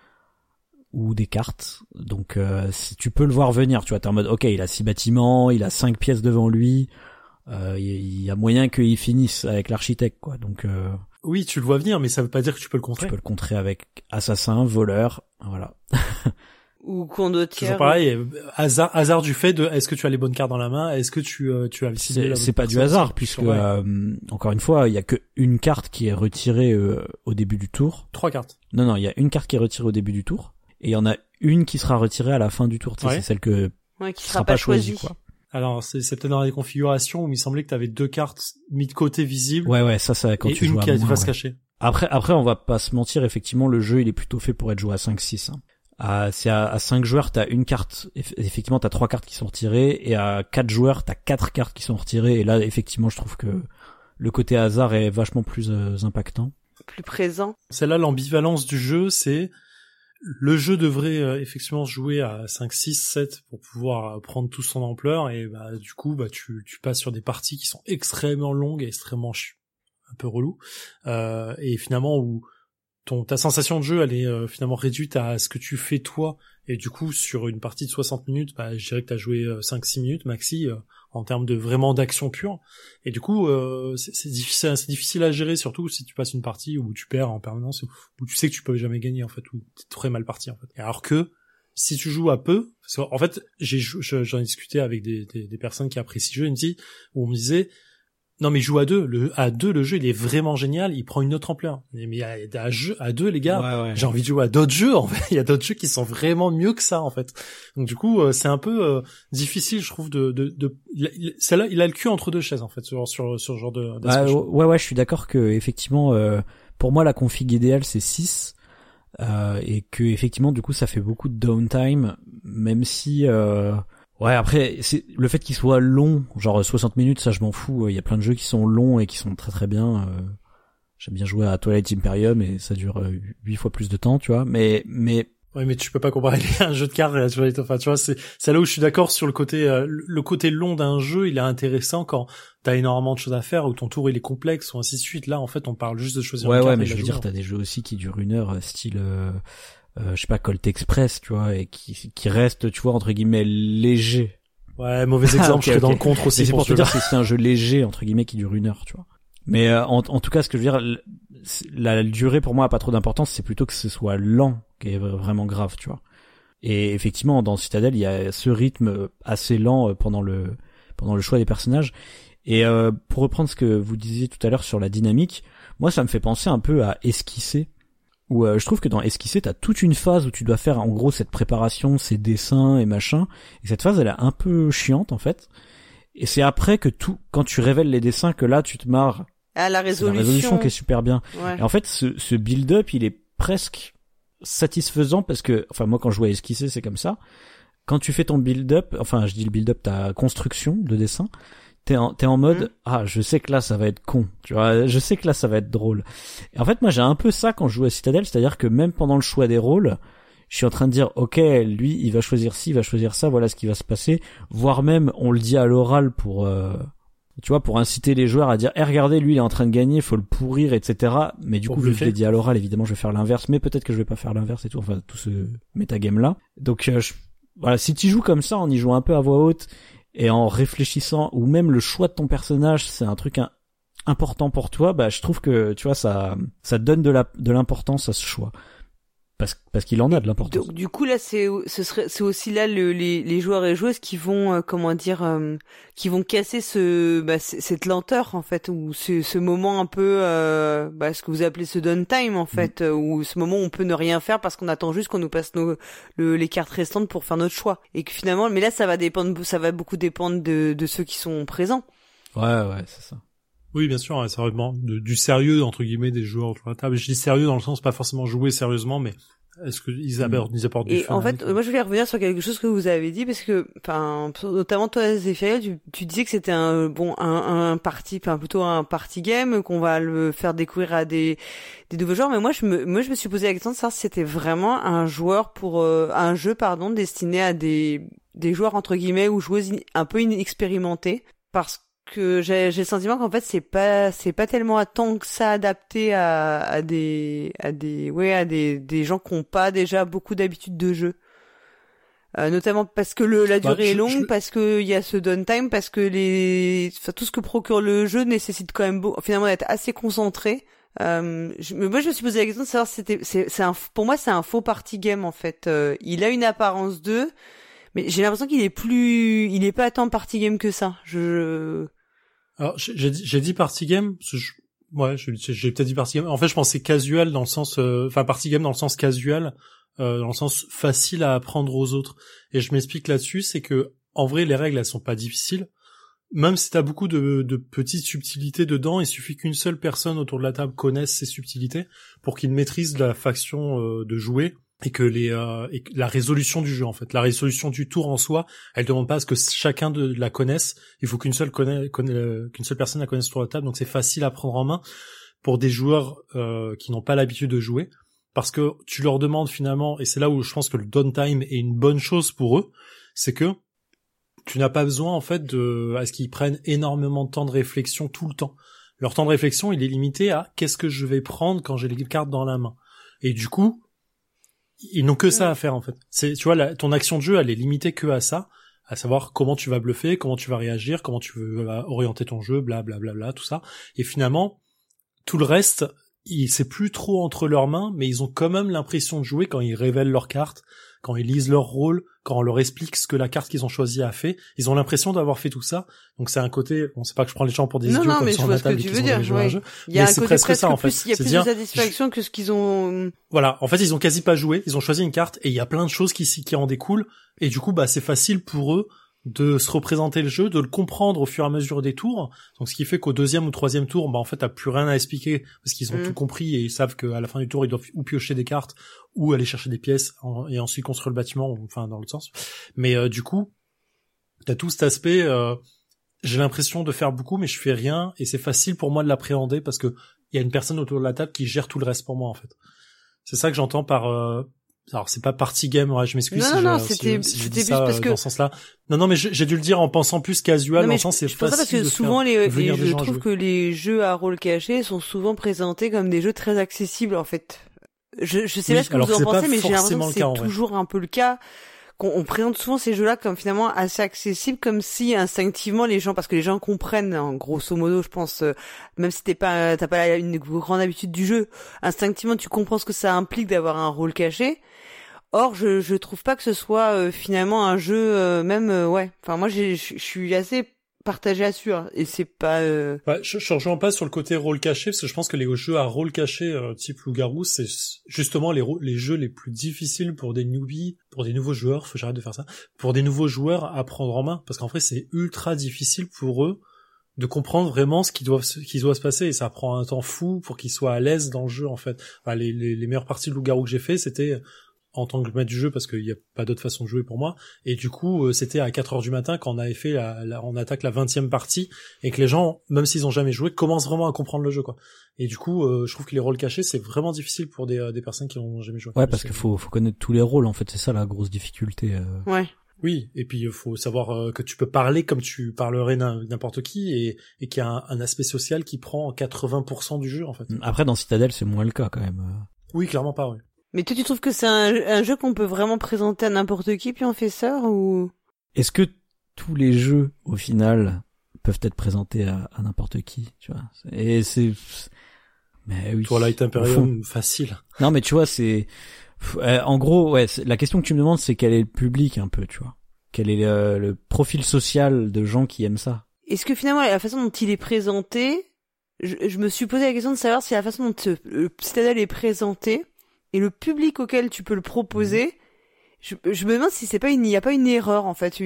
B: ou des cartes. Donc si tu peux le voir venir, tu vois, t'es en mode ok, il a 6 bâtiments, il a 5 pièces devant lui, il y a moyen qu'il finisse avec l'architecte, quoi. Donc
C: oui, tu le vois venir, mais ça veut pas dire que tu peux le contrer.
B: Tu peux le contrer avec assassin, voleur, voilà.
A: Ou condottiere.
C: Toujours pareil, hasard du fait de est-ce que tu as les bonnes cartes dans la main, est-ce que tu as ciblé la bonne
B: c'est pas du hasard, puisque encore une fois, il y a que une carte qui est retirée au début du tour.
C: 3 cartes.
B: Non, il y a une carte qui est retirée au début du tour, et il y en a une qui sera retirée à la fin du tour. Tu sais, c'est celle
A: qui sera pas choisie,
B: quoi.
C: Alors c'est peut-être dans les configurations où il semblait que t'avais 2 cartes mis de côté visibles.
B: Ouais, ça quand
C: et
B: tu joues à
C: une qui va se cacher.
B: Après on va pas se mentir, effectivement le jeu il est plutôt fait pour être joué à 5-6. C'est à 5 joueurs, t'as une carte, effectivement t'as 3 cartes qui sont retirées, et à 4 joueurs t'as 4 cartes qui sont retirées, et là effectivement je trouve que le côté hasard est vachement plus impactant.
A: Plus présent.
C: C'est là l'ambivalence du jeu, c'est le jeu devrait effectivement se jouer à 5, 6, 7 pour pouvoir prendre tout son ampleur, et du coup tu passes sur des parties qui sont extrêmement longues et extrêmement un peu relou, et finalement où ta sensation de jeu elle est finalement réduite à ce que tu fais toi, et du coup sur une partie de 60 minutes je dirais que t'as joué 5-6 minutes maxi en termes de vraiment d'action pure, et du coup c'est difficile à gérer, surtout si tu passes une partie où tu perds en permanence, où tu sais que tu peux jamais gagner en fait, où t'es très mal parti en fait. Et alors que si tu joues à peu, parce qu'en fait j'en ai discuté avec des personnes qui apprécient le jeu, où on me disait non mais joue à 2, à 2 le jeu il est vraiment génial, il prend une autre ampleur. Mais à 2 les gars,
B: ouais.
C: J'ai envie de jouer à d'autres jeux en fait, il y a d'autres jeux qui sont vraiment mieux que ça en fait. Donc du coup c'est un peu difficile je trouve celle-là il a le cul entre deux chaises en fait sur ce genre de
B: ouais, je suis d'accord que effectivement pour moi la config idéale c'est 6 et que effectivement du coup ça fait beaucoup de downtime, même si ouais, après c'est le fait qu'il soit long, genre 60 minutes, ça je m'en fous. Il y a plein de jeux qui sont longs et qui sont très très bien. J'aime bien jouer à Twilight Imperium et ça dure 8 fois plus de temps, tu vois. Mais
C: ouais, mais tu peux pas comparer un jeu de cartes et la Twilight. Enfin, tu vois, c'est là où je suis d'accord sur le côté long d'un jeu. Il est intéressant quand t'as énormément de choses à faire, ou ton tour il est complexe, ou ainsi de suite. Là, en fait, on parle juste de choisir une carte.
B: Ouais, mais je veux dire, t'as des jeux aussi qui durent 1 heure, style je sais pas, Colt Express, tu vois, et qui reste, tu vois, entre guillemets léger.
C: Ouais, mauvais exemple, je serais dans le contre aussi.
B: Mais c'est pour te dire que c'est un jeu léger entre guillemets qui dure 1 heure, tu vois. Mais en tout cas, ce que je veux dire, la durée pour moi a pas trop d'importance, c'est plutôt que ce soit lent qui est vraiment grave, tu vois. Et effectivement, dans Citadel, il y a ce rythme assez lent pendant le choix des personnages. Et pour reprendre ce que vous disiez tout à l'heure sur la dynamique, moi ça me fait penser un peu à Esquisser, où je trouve que dans Esquisser, t'as toute une phase où tu dois faire en gros cette préparation, ces dessins et machin. Et cette phase, elle est un peu chiante en fait. Et c'est après que quand tu révèles les dessins, que là tu te marres.
A: Ah, la résolution.
B: C'est la résolution qui est super bien.
A: Ouais.
B: Et en fait, ce build-up, il est presque satisfaisant parce que, enfin, moi, quand je jouais à Esquisser, c'est comme ça. Quand tu fais ton build-up, enfin, je dis le build-up, ta construction de dessin, t'es en mode, je sais que là, ça va être con. Tu vois, je sais que là, ça va être drôle. Et en fait, moi, j'ai un peu ça quand je joue à Citadel, c'est-à-dire que même pendant le choix des rôles, je suis en train de dire, ok, lui, il va choisir ci, il va choisir ça, voilà ce qui va se passer. Voire même, on le dit à l'oral pour, tu vois, pour inciter les joueurs à dire, regardez, lui, il est en train de gagner, faut le pourrir, etc. Mais du coup, vu que je l'ai dit à l'oral, évidemment, je vais faire l'inverse, mais peut-être que je vais pas faire l'inverse et tout, enfin, tout ce metagame-là. Donc, voilà, si tu joues comme ça, en y jouant un peu à voix haute, et en réfléchissant, ou même le choix de ton personnage, c'est un truc important pour toi, bah, je trouve que, tu vois, ça donne de l'importance à ce choix. Parce qu'il en a de l'importance.
A: Donc, du coup, là, c'est aussi là les joueurs et joueuses qui vont, qui vont casser cette lenteur, en fait, ou ce moment un peu, ce que vous appelez ce downtime, en fait, ou ce moment où on peut ne rien faire parce qu'on attend juste qu'on nous passe les cartes restantes pour faire notre choix. Et que finalement, mais là, ça va beaucoup dépendre de ceux qui sont présents.
B: Ouais, c'est ça.
C: Oui, bien sûr, ouais, sérieusement, du sérieux entre guillemets des joueurs autour de la table. Je dis sérieux dans le sens pas forcément jouer sérieusement, mais est-ce qu'ils apportent du fun.
A: Et en fait, moi je voulais revenir sur quelque chose que vous avez dit parce que, enfin, notamment toi, Zéphiria, tu disais que c'était un party, enfin plutôt un party game qu'on va le faire découvrir à des nouveaux joueurs. Mais moi je me suis posé la question de savoir si c'était vraiment un jeu destiné à des joueurs entre guillemets ou joueuses un peu inexpérimentées, parce que j'ai le sentiment qu'en fait c'est pas tellement tant que ça adapté à des gens qui ont pas déjà beaucoup d'habitude de jeu, notamment parce que la durée est longue, parce que il y a ce downtime, parce que tout ce que procure le jeu nécessite quand même finalement d'être assez concentré. Moi je me suis posé la question de savoir si pour moi c'est un faux party game en fait. Il a une apparence de, mais j'ai l'impression qu'il est pas tant party game que ça.
C: Alors, j'ai dit party game, j'ai peut-être dit party game. En fait, je pensais casual dans le sens, party game dans le sens casual, dans le sens facile à apprendre aux autres. Et je m'explique là-dessus, c'est que, en vrai, les règles, elles sont pas difficiles. Même si t'as beaucoup de petites subtilités dedans, il suffit qu'une seule personne autour de la table connaisse ces subtilités pour qu'il maîtrise la faction de jouer. Et que la résolution du jeu, en fait, la résolution du tour en soi, elle demande pas à ce que chacun la connaisse. Il faut qu'une seule personne la connaisse sur la table. Donc c'est facile à prendre en main pour des joueurs qui n'ont pas l'habitude de jouer, parce que tu leur demandes finalement, et c'est là où je pense que le downtime est une bonne chose pour eux, c'est que tu n'as pas besoin en fait à ce qu'ils prennent énormément de temps de réflexion tout le temps. Leur temps de réflexion, il est limité à qu'est-ce que je vais prendre quand j'ai les cartes dans la main. Et du coup, ils n'ont que ça à faire en fait. Tu vois, ton action de jeu, elle est limitée que à ça, à savoir comment tu vas bluffer, comment tu vas réagir, comment tu veux orienter ton jeu, blablabla, tout ça. Et finalement, tout le reste, c'est plus trop entre leurs mains, mais ils ont quand même l'impression de jouer quand ils révèlent leurs cartes, quand ils lisent leur rôle, quand on leur explique ce que la carte qu'ils ont choisie a fait. Ils ont l'impression d'avoir fait tout ça. Donc c'est un côté, bon, c'est pas que je prends les gens pour des idiots comme sur la table et qu'ils ont jamais joué à un jeu.
A: Il y a
C: mais c'est presque ça en fait.
A: Il y a plus de satisfaction que ce qu'ils ont.
C: Voilà. En fait, ils ont quasi pas joué. Ils ont choisi une carte et il y a plein de choses qui en découlent. Et du coup, c'est facile pour eux de se représenter le jeu, de le comprendre au fur et à mesure des tours. Donc ce qui fait qu'au deuxième ou troisième tour, en fait t'as plus rien à expliquer parce qu'ils ont tout compris et ils savent qu'à la fin du tour ils doivent ou piocher des cartes ou aller chercher des pièces et ensuite construire le bâtiment, enfin dans l'autre sens. Mais du coup, t'as tout cet aspect. J'ai l'impression de faire beaucoup, mais je fais rien et c'est facile pour moi de l'appréhender parce que il y a une personne autour de la table qui gère tout le reste pour moi en fait. C'est ça que j'entends par. Alors c'est pas party game, ouais, je m'excuse
A: c'était
C: juste
A: parce que
C: dans ce sens-là. Non, mais j'ai dû le dire en pensant plus casual, dans le sens c'est facile
A: parce que souvent je trouve que les jeux à rôle caché sont souvent présentés comme des jeux très accessibles en fait. Je sais pas ce que vous en pensez, mais j'ai l'impression que c'est toujours un peu le cas. On présente souvent ces jeux-là comme finalement assez accessibles, comme si instinctivement les gens, parce que les gens comprennent, hein, grosso modo, je pense, même si t'as pas une grande habitude du jeu, instinctivement tu comprends ce que ça implique d'avoir un rôle caché. Or, je trouve pas que ce soit finalement un jeu ouais. Enfin, moi, je suis assez partagé à sûr, et c'est pas.
C: Je rejoins pas sur le côté rôle caché parce que je pense que les jeux à rôle caché type loup-garou, c'est justement les jeux les plus difficiles pour des newbies, pour des nouveaux joueurs. Faut que j'arrête de faire ça. Pour des nouveaux joueurs à prendre en main, parce qu'en vrai, c'est ultra difficile pour eux de comprendre vraiment ce qui doit se passer, et ça prend un temps fou pour qu'ils soient à l'aise dans le jeu en fait. Enfin, les meilleures parties de loup-garou que j'ai fait, c'était en tant que maître du jeu parce qu'il y a pas d'autre façon de jouer pour moi, et du coup c'était à 4h du matin quand on avait fait on attaque la 20e partie et que les gens, même s'ils ont jamais joué, commencent vraiment à comprendre le jeu quoi. Et du coup je trouve que les rôles cachés c'est vraiment difficile pour des personnes qui ont jamais joué.
B: Ouais, parce qu'il faut connaître tous les rôles en fait, c'est ça la grosse difficulté.
A: Ouais.
C: Oui, et puis il faut savoir que tu peux parler comme tu parlerais n'importe qui et qu'il y a un aspect social qui prend 80% du jeu en fait.
B: Après dans Citadel c'est moins le cas quand même.
C: Oui, clairement pas, oui.
A: Mais toi, tu trouves que c'est un jeu qu'on peut vraiment présenter à n'importe qui, puis on fait ça, ou?
B: Est-ce que tous les jeux, au final, peuvent être présentés à n'importe qui, tu vois? Et c'est, mais oui.
C: Twilight Imperium, facile.
B: Non, mais tu vois, en gros, ouais, la question que tu me demandes, c'est quel est le public, un peu, tu vois? Quel est le profil social de gens qui aiment ça?
A: Est-ce que finalement, la façon dont il est présenté, je me suis posé la question de savoir si la façon dont le Citadel est présenté, et le public auquel tu peux le proposer, je me demande si il y a pas une erreur en fait,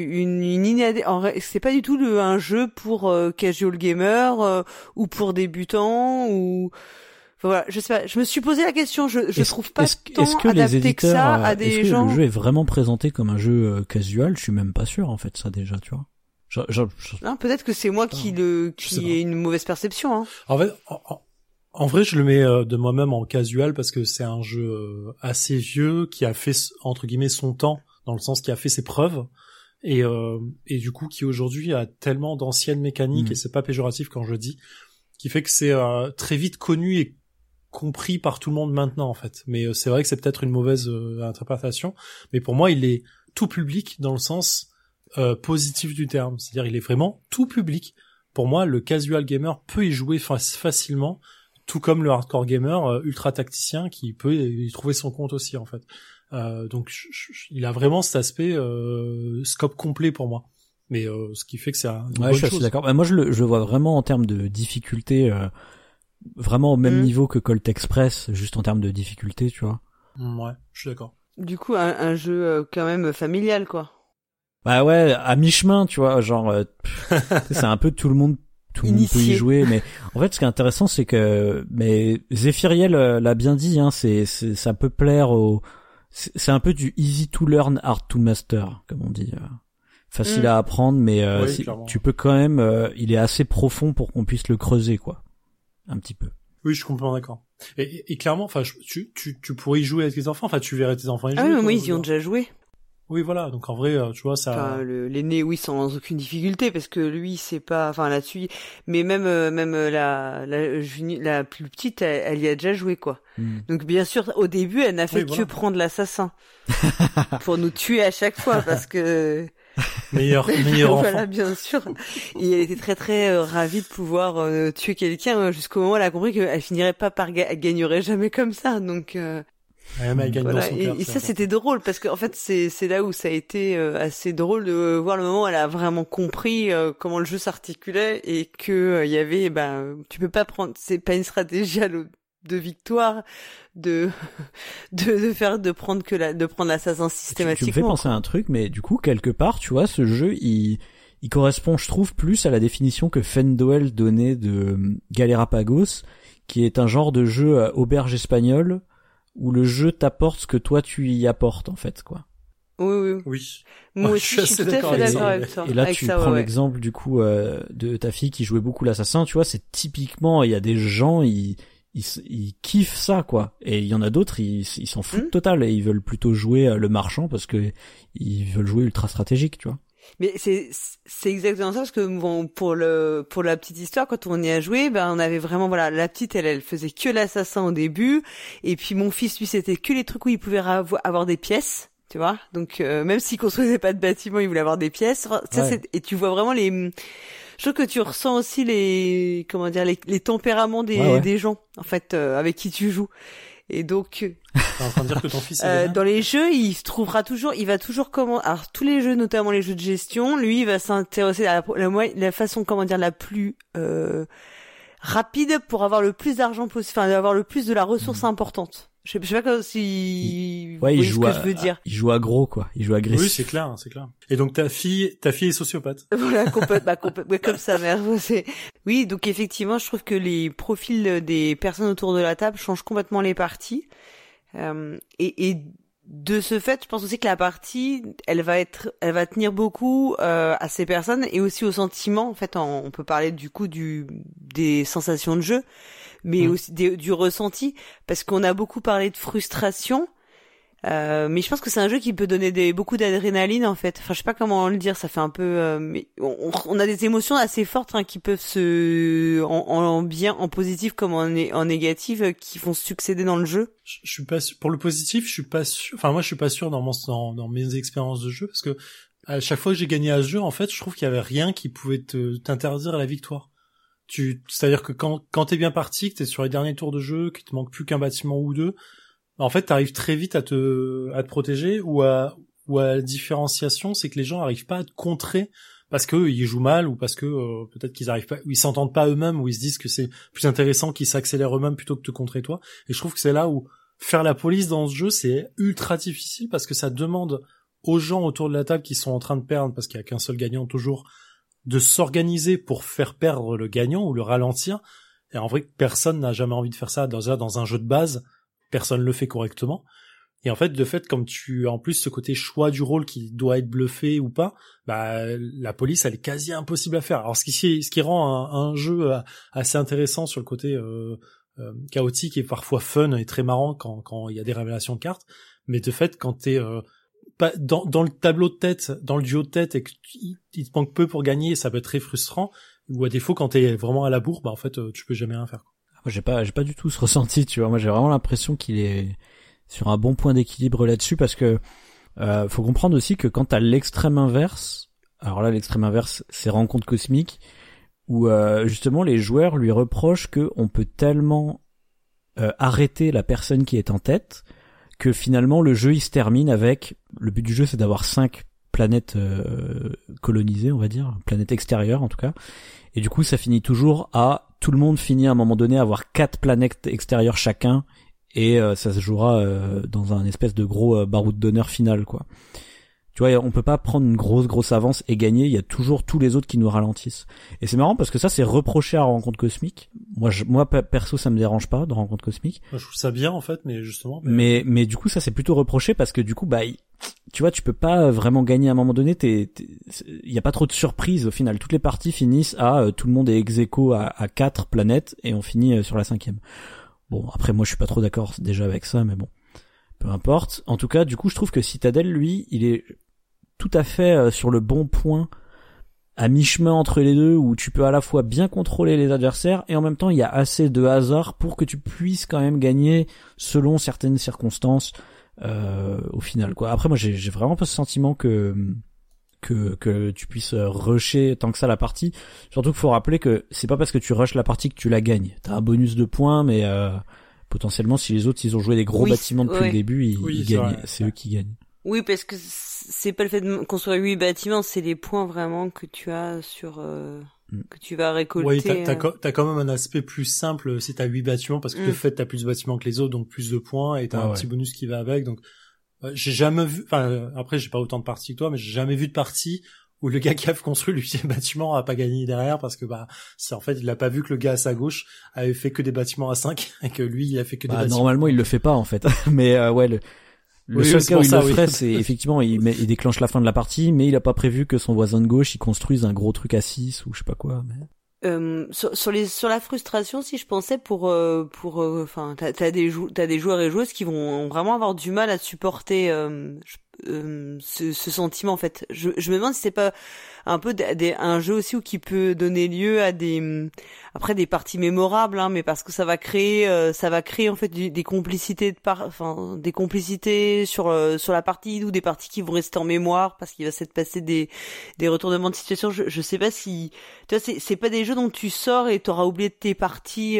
A: c'est pas du tout un jeu pour casual gamer ou pour débutants ou enfin, voilà, je sais pas, je me suis posé la question, je trouve pas tant adapté que ça à des gens.
B: Le jeu est vraiment présenté comme un jeu casual? Je suis même pas sûr en fait, ça déjà, tu vois.
A: Non, peut-être que c'est moi qui ai une mauvaise perception hein.
C: En fait, en vrai, je le mets de moi-même en casual parce que c'est un jeu assez vieux qui a fait entre guillemets son temps, dans le sens qui a fait ses preuves et du coup qui aujourd'hui a tellement d'anciennes mécaniques et c'est pas péjoratif quand je dis, qui fait que c'est très vite connu et compris par tout le monde maintenant en fait. Mais c'est vrai que c'est peut-être une mauvaise interprétation, mais pour moi il est tout public dans le sens positif du terme, c'est-à-dire il est vraiment tout public. Pour moi, le casual gamer peut y jouer facilement. Tout comme le hardcore gamer ultra tacticien qui peut y trouver son compte aussi en fait. Donc il a vraiment cet aspect scope complet pour moi. Mais ce qui fait que c'est une bonne chose.
B: Je suis d'accord. Moi je le vois vraiment en termes de difficulté, vraiment au même niveau que Colt Express, juste en termes de difficulté, tu vois.
C: Ouais, je suis d'accord.
A: Du coup un jeu quand même familial quoi.
B: Bah ouais, à mi-chemin, tu vois, genre c'est un peu tout le monde peut y jouer, mais en fait ce qui est intéressant c'est que Zéphiriel l'a bien dit hein, ça peut plaire c'est un peu du easy to learn hard to master comme on dit, facile à apprendre mais tu peux quand même il est assez profond pour qu'on puisse le creuser quoi, un petit peu.
C: Oui, je suis complètement d'accord. Et clairement, enfin tu pourrais y jouer avec tes enfants, enfin tu verrais tes enfants y jouer.
A: Ah oui, mais moi ils y ont déjà joué.
C: Oui, voilà. Donc en vrai, tu vois, ça.
A: Enfin, l'aîné, oui, sans aucune difficulté, parce que lui, c'est pas, enfin là-dessus. Mais même la plus petite, elle y a déjà joué, quoi. Donc bien sûr, au début, elle n'a fait que prendre l'assassin pour nous tuer à chaque fois, parce que.
C: meilleur enfant.
A: Voilà, bien sûr. Et elle était très très ravie de pouvoir tuer quelqu'un jusqu'au moment où elle a compris qu'elle finirait pas elle gagnerait jamais comme ça. Donc.
C: Voilà.
A: Et ça c'était drôle parce que en fait c'est là où ça a été assez drôle de voir le moment où elle a vraiment compris comment le jeu s'articulait et que il y avait tu peux pas prendre, c'est pas une stratégie victoire de prendre l'assassin systématiquement.
B: Tu me fais penser à un truc, mais du coup, quelque part, tu vois, ce jeu, il correspond, je trouve, plus à la définition que Fendwell donnait de Galerapagos, qui est un genre de jeu à auberge espagnole, où le jeu t'apporte ce que toi tu y apportes, en fait, quoi.
A: Oui. Moi aussi, je suis tout à fait d'accord avec ça.
B: Et là, tu prends l'exemple, du coup, de ta fille qui jouait beaucoup l'assassin, tu vois, c'est typiquement, il y a des gens, ils kiffent ça, quoi. Et il y en a d'autres, ils s'en foutent total, et ils veulent plutôt jouer le marchand parce que ils veulent jouer ultra stratégique, tu vois.
A: Mais c'est exactement ça, parce que bon, pour la petite histoire, quand on y a joué, on avait vraiment, voilà, la petite, elle faisait que l'assassin au début, et puis mon fils, lui, c'était que les trucs où il pouvait avoir des pièces, tu vois. Donc, même s'il construisait pas de bâtiment, il voulait avoir des pièces. Ça, et tu vois vraiment je trouve que tu ressens aussi les tempéraments des gens, en fait, avec qui tu joues. Et donc,
C: t'es en train de dire que ton fils est
A: dans les jeux, il va toujours alors tous les jeux, notamment les jeux de gestion, lui, il va s'intéresser à la façon, la plus rapide pour avoir le plus d'argent possible, enfin, avoir le plus de la ressource importante. Je sais pas si vous voyez ce que je veux dire.
B: Il joue aggro, quoi. Il joue agressif.
C: Oui, c'est clair. Et donc ta fille est sociopathe.
A: Voilà, complètement, comme sa mère. Oui, donc effectivement, je trouve que les profils des personnes autour de la table changent complètement les parties. Et de ce fait, je pense aussi que la partie, elle va tenir beaucoup à ces personnes et aussi aux sentiments. En fait, on peut parler du coup des sensations de jeu, mais aussi du ressenti, parce qu'on a beaucoup parlé de frustration. Mais je pense que c'est un jeu qui peut donner beaucoup d'adrénaline, en fait. Enfin, je sais pas comment le dire, ça fait un peu mais on a des émotions assez fortes, qui peuvent en bien, en positif comme en négatif, qui vont succéder dans le jeu.
C: Je suis pas sûr. Pour le positif, je suis pas sûr. Enfin, moi, je suis pas sûr dans mes expériences de jeu, parce que à chaque fois que j'ai gagné à ce jeu, en fait, je trouve qu'il y avait rien qui pouvait t'interdire la victoire. C'est-à-dire que quand t'es bien parti, que t'es sur les derniers tours de jeu, qu'il te manque plus qu'un bâtiment ou deux, en fait, t'arrives très vite à te protéger, ou à la différenciation, c'est que les gens arrivent pas à te contrer parce que ils jouent mal, ou parce que peut-être qu'ils arrivent pas, ou ils s'entendent pas eux-mêmes, ou ils se disent que c'est plus intéressant qu'ils s'accélèrent eux-mêmes plutôt que de te contrer toi. Et je trouve que c'est là où faire la police dans ce jeu, c'est ultra difficile, parce que ça demande aux gens autour de la table qui sont en train de perdre, parce qu'il y a qu'un seul gagnant toujours, de s'organiser pour faire perdre le gagnant ou le ralentir. Et en vrai, personne n'a jamais envie de faire ça dans un jeu de base. Personne le fait correctement. Et en fait, de fait, comme tu as en plus ce côté choix du rôle qui doit être bluffé ou pas, la police, elle est quasi impossible à faire. Alors ce qui rend un jeu assez intéressant sur le côté chaotique et parfois fun et très marrant quand il y a des révélations de cartes. Mais de fait, quand t'es pas dans le tableau de tête, dans le duo de tête, et qu'il te manque peu pour gagner, ça peut être très frustrant. Ou à défaut, quand t'es vraiment à la bourre, en fait, tu peux jamais rien faire.
B: Moi, j'ai pas du tout ce ressenti, tu vois. Moi, j'ai vraiment l'impression qu'il est sur un bon point d'équilibre là-dessus, parce que faut comprendre aussi que quand t'as l'extrême inverse, alors là, l'extrême inverse, c'est Rencontre Cosmique, où justement les joueurs lui reprochent que on peut tellement arrêter la personne qui est en tête que finalement le jeu il se termine avec, le but du jeu c'est d'avoir 5 planètes colonisées, on va dire, planètes extérieures en tout cas, et du coup ça finit toujours à tout le monde finit à un moment donné à avoir 4 planètes extérieures chacun, et ça se jouera dans un espèce de gros baroud d'honneur final, quoi. Tu vois, on peut pas prendre une grosse avance et gagner, il y a toujours tous les autres qui nous ralentissent. Et c'est marrant parce que ça c'est reproché à Rencontre Cosmique. Moi perso ça me dérange pas de Rencontre Cosmique.
C: Moi, je trouve ça bien en fait, mais justement.
B: Mais du coup ça c'est plutôt reproché parce que du coup tu vois, tu peux pas vraiment gagner à un moment donné, il y a pas trop de surprises au final. Toutes les parties finissent à tout le monde est ex-aequo à 4 planètes et on finit sur la 5e. Bon, après moi je suis pas trop d'accord déjà avec ça, mais bon. Peu importe. En tout cas, du coup, je trouve que Citadel, lui, il est tout à fait sur le bon point, à mi-chemin entre les deux, où tu peux à la fois bien contrôler les adversaires et en même temps, il y a assez de hasard pour que tu puisses quand même gagner selon certaines circonstances au final, quoi. Après, moi, j'ai vraiment pas ce sentiment que tu puisses rusher tant que ça la partie. Surtout qu'il faut rappeler que c'est pas parce que tu rushes la partie que tu la gagnes. T'as un bonus de points, mais potentiellement, si les autres, ils ont joué des gros bâtiments depuis le début, ils gagnent. C'est eux qui gagnent.
A: Oui, parce que c'est pas le fait de construire 8 bâtiments, c'est les points vraiment que tu as sur que tu vas récolter.
C: Oui, t'as quand même un aspect plus simple si t'as 8 bâtiments, parce que de fait t'as plus de bâtiments que les autres, donc plus de points, et t'as un petit bonus qui va avec. Donc j'ai jamais vu, enfin après j'ai pas autant de parties que toi, mais j'ai jamais vu de partie où le gars qui a construit le 8e bâtiment a pas gagné derrière, parce que c'est en fait il a pas vu que le gars à sa gauche avait fait que des bâtiments à 5 et que lui il a fait que des bâtiments.
B: Normalement il le fait pas en fait, mais le seul cas où il le ferait, c'est effectivement il déclenche la fin de la partie, mais il a pas prévu que son voisin de gauche il construise un gros truc à 6 ou je sais pas quoi. Mais...
A: sur la frustration, si je pensais enfin t'as des joueurs et joueuses qui vont vraiment avoir du mal à supporter ce sentiment en fait. Je me demande si c'est pas un peu un jeu aussi qui peut donner lieu à des parties mémorables, hein, mais parce que ça va créer en fait des complicités des complicités sur la partie, ou des parties qui vont rester en mémoire parce qu'il va s'être passé des retournements de situation. Je sais pas si tu vois, c'est pas des jeux dont tu sors et t'auras oublié de tes parties.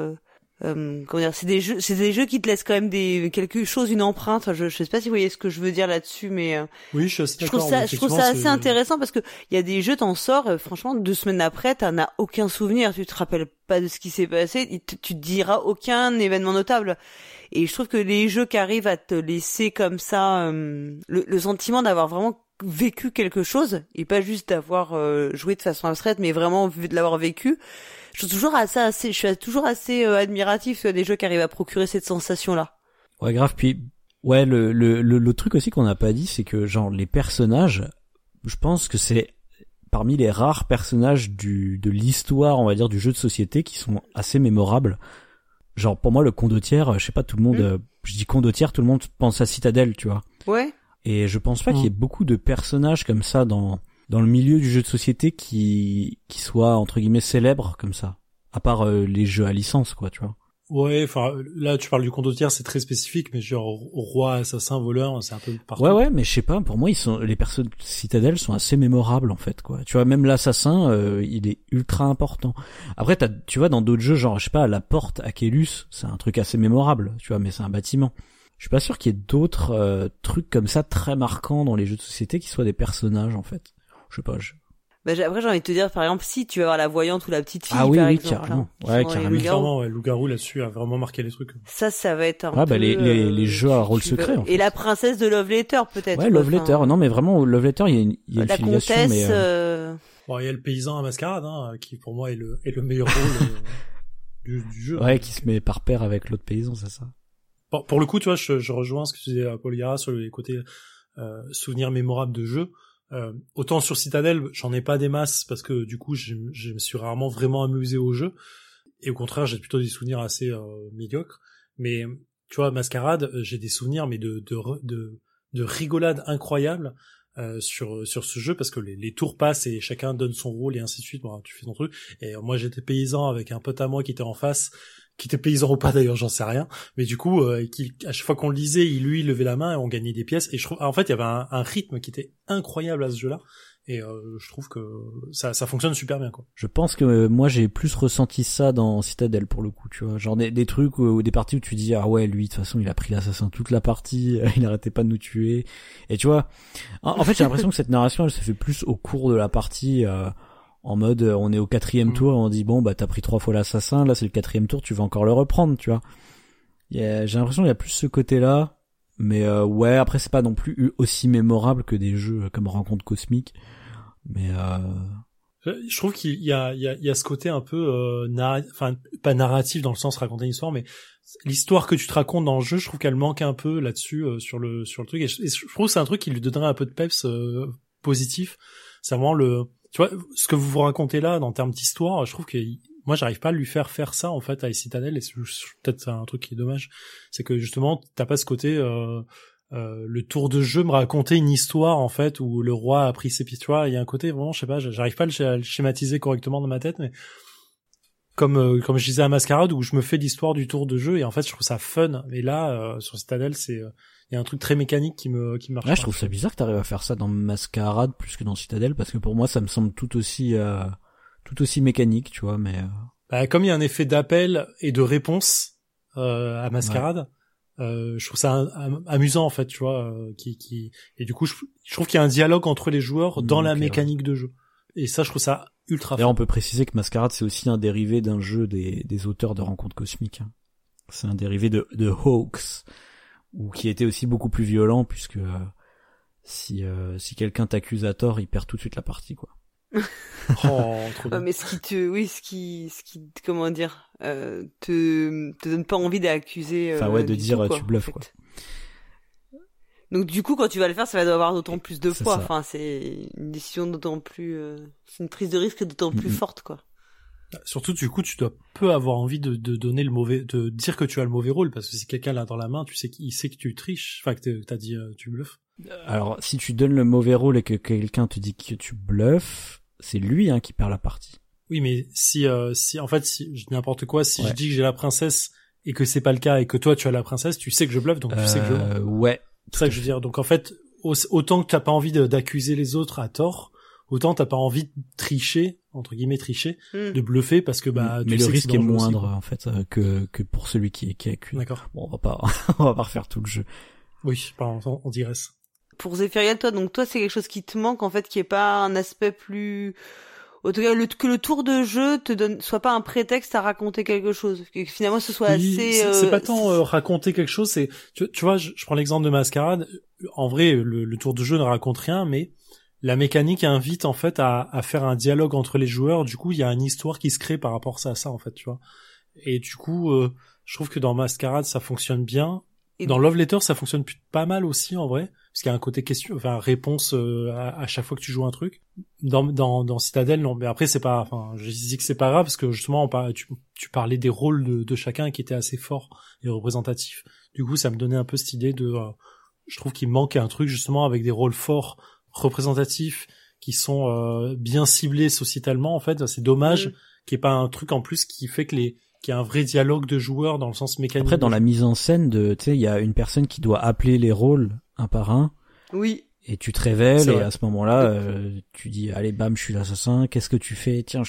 A: Comment dire, c'est des jeux qui te laissent quand même quelque chose, une empreinte. Je sais pas si vous voyez ce que je veux dire là-dessus, mais
C: oui, je trouve
A: ça assez intéressant, parce que il y a des jeux, t'en sors, franchement 2 semaines après t'en as aucun souvenir, tu te rappelles pas de ce qui s'est passé, tu te diras aucun événement notable. Et je trouve que les jeux qui arrivent à te laisser comme ça le sentiment d'avoir vraiment vécu quelque chose, et pas juste d'avoir joué de façon abstraite, mais vraiment de l'avoir vécu. Je suis toujours assez admiratif des jeux qui arrivent à procurer cette sensation-là.
B: Ouais, grave. Puis, ouais, le truc aussi qu'on n'a pas dit, c'est que genre les personnages, je pense que c'est parmi les rares personnages de l'histoire, on va dire, du jeu de société qui sont assez mémorables. Genre pour moi, le condottière, je sais pas, tout le monde, je dis condottière, tout le monde pense à Citadel, tu vois.
A: Ouais.
B: Et je pense pas qu'il y ait beaucoup de personnages comme ça dans le milieu du jeu de société qui soit entre guillemets célèbres comme ça, à part les jeux à licence, quoi, tu vois.
C: Ouais, enfin là tu parles du condottière, c'est très spécifique, mais genre roi, assassin, voleur, c'est un peu partout.
B: Ouais, mais je sais pas, pour moi les personnes Citadel sont assez mémorables en fait, quoi. Tu vois, même l'assassin, il est ultra important. Après tu vois, dans d'autres jeux, genre je sais pas, la porte à Kélus, c'est un truc assez mémorable, tu vois, mais c'est un bâtiment. Je suis pas sûr qu'il y ait d'autres trucs comme ça très marquants dans les jeux de société qui soient des personnages en fait. Je sais pas.
A: Après, j'ai envie de te dire, par exemple, si tu vas voir la voyante ou la petite fille,
B: oui,
A: par
B: oui,
A: exemple.
B: Carrément. Ouais, carrément.
C: Clairement, ouais, Loup-garou là-dessus a vraiment marqué les trucs.
A: Ça va être un peu...
B: les jeux à rôle secret, en fait.
A: Et la princesse de Love Letter, peut-être.
B: Ouais, Love Letter. Non, mais vraiment, Love Letter, il y a une filiation,
A: comtesse,
B: mais...
C: Bon, il y a le paysan à Mascarade, hein, qui pour moi est le meilleur rôle du jeu.
B: Ouais, qui se met par paire avec l'autre paysan, c'est ça.
C: Bon, pour le coup, tu vois, je rejoins ce que tu disais à Paul Gara sur les côtés souvenirs mémorables de jeu. Autant sur Citadel, j'en ai pas des masses parce que du coup, je me suis rarement vraiment amusé au jeu. Et au contraire, j'ai plutôt des souvenirs assez médiocres. Mais tu vois, Mascarade, j'ai des souvenirs mais de rigolade incroyable sur ce jeu, parce que les tours passent et chacun donne son rôle et ainsi de suite. Bon, tu fais ton truc. Et moi, j'étais paysan avec un pote à moi qui était en face, qui était paysan ou pas d'ailleurs, j'en sais rien, mais du coup à chaque fois qu'on le lisait, il levait la main et on gagnait des pièces, et je trouve en fait il y avait un rythme qui était incroyable à ce jeu-là, et je trouve que ça fonctionne super bien, quoi.
B: Je pense que moi j'ai plus ressenti ça dans Citadel pour le coup, tu vois, genre des trucs ou des parties où tu dis ah ouais, lui de toute façon il a pris l'assassin toute la partie, il arrêtait pas de nous tuer, et tu vois, en fait j'ai l'impression que cette narration elle se fait plus au cours de la partie, en mode on est au 4e tour et on dit bon bah t'as pris 3 fois l'assassin, là c'est le 4e tour, tu vas encore le reprendre, tu vois. J'ai l'impression qu'il y a plus ce côté-là, mais ouais, après c'est pas non plus aussi mémorable que des jeux comme Rencontre Cosmique, mais
C: je trouve qu'il y a ce côté un peu enfin pas narratif dans le sens raconter une histoire, mais l'histoire que tu te racontes dans le jeu, je trouve qu'elle manque un peu là-dessus sur le truc, et je trouve que c'est un truc qui lui donnerait un peu de peps positif. C'est vraiment tu vois, ce que vous vous racontez là, en termes d'histoire, je trouve que moi, j'arrive pas à lui faire ça, en fait, à Citadel, et c'est peut-être un truc qui est dommage. C'est que, justement, t'as pas ce côté, le tour de jeu me raconter une histoire, en fait, où le roi a pris ses pieds. Tu vois, il y a un côté, vraiment, je sais pas, j'arrive pas à le schématiser correctement dans ma tête, mais comme je disais à Mascarade, où je me fais l'histoire du tour de jeu, et en fait, je trouve ça fun. Et là, sur Citadel, il y a un truc très mécanique qui marche.
B: Ouais, je trouve ça bizarre que t'arrives à faire ça dans Mascarade plus que dans Citadel, parce que pour moi ça me semble tout aussi mécanique, tu vois, mais
C: comme il y a un effet d'appel et de réponse à Mascarade, je trouve ça amusant, en fait, tu vois, et du coup je trouve qu'il y a un dialogue entre les joueurs dans la mécanique de jeu. Et ça, je trouve ça ultra
B: Là, on peut préciser que Masquerade, c'est aussi un dérivé d'un jeu des auteurs de Rencontres Cosmiques. Hein. C'est un dérivé de Hoax, ou qui était aussi beaucoup plus violent, puisque si quelqu'un t'accuse à tort, il perd tout de suite la partie, quoi.
C: Oh, trop bien.
A: Mais ce qui, comment dire, te donne pas envie d'accuser.
B: Enfin, ouais, de
A: du
B: dire
A: tout, quoi,
B: tu bluffes,
A: en fait.
B: quoi.
A: Donc du coup, quand tu vas le faire, ça va avoir d'autant plus de
B: C'est
A: poids.
B: ça.
A: Enfin, c'est une décision d'autant plus, c'est une prise de risque d'autant plus forte, quoi.
C: Surtout, du coup, tu dois peu avoir envie de donner de dire que tu as le mauvais rôle, parce que si quelqu'un l'a dans la main, tu sais qu'il sait que tu triches, enfin que t'as dit tu bluffes.
B: Alors, si tu donnes le mauvais rôle et que quelqu'un te dit que tu bluffes, c'est lui qui perd la partie.
C: Oui, mais si en fait, si je dis n'importe quoi, si
B: Ouais.
C: je dis que j'ai la princesse et que c'est pas le cas et que toi tu as la princesse, tu sais que je bluffe, donc tu sais que je mens.
B: Ouais.
C: C'est ça que je veux dire. Donc en fait, autant que t'as pas envie d'accuser les autres à tort, autant t'as pas envie de tricher, entre guillemets tricher, de bluffer parce que tu
B: mais
C: sais
B: le
C: que
B: risque
C: c'est
B: est
C: dangereux
B: moindre
C: aussi,
B: en fait que pour celui qui accuse.
C: D'accord.
B: Bon, on va pas refaire tout le jeu.
C: Oui, pardon, on digresse.
A: Pour Zéphiriel, toi, c'est quelque chose qui te manque, en fait, qui est pas un aspect plus, en tout cas, que le tour de jeu soit pas un prétexte à raconter quelque chose. Que finalement, ce soit
C: Oui,
A: assez,
C: c'est pas tant raconter quelque chose, c'est tu vois, je prends l'exemple de Masquerade. En vrai, le tour de jeu ne raconte rien, mais la mécanique invite en fait à faire un dialogue entre les joueurs. Du coup, il y a une histoire qui se crée par rapport à ça en fait, tu vois. Et du coup, je trouve que dans Masquerade, ça fonctionne bien.
A: Et
C: dans Love Letter, ça fonctionne pas mal aussi en vrai, parce qu'il y a un côté question, enfin réponse à chaque fois que tu joues un truc. Dans Citadel, non, mais après c'est pas, enfin, je dis que c'est pas grave parce que justement tu parlais des rôles de chacun qui étaient assez forts et représentatifs. Du coup, ça me donnait un peu cette idée de, je trouve qu'il manque un truc justement avec des rôles forts, représentatifs, qui sont bien ciblés sociétalement. En fait, c'est dommage qu'il n'y ait pas un truc en plus qui fait qu'il y a un vrai dialogue de joueurs dans le sens mécanique.
B: Après, dans la mise en scène tu sais, il y a une personne qui doit appeler les rôles un par un.
A: Oui.
B: Et tu te révèles,
C: C'est
B: et
C: vrai.
B: à ce moment-là, tu dis, allez, bam, je suis l'assassin, qu'est-ce que tu fais? Tiens, je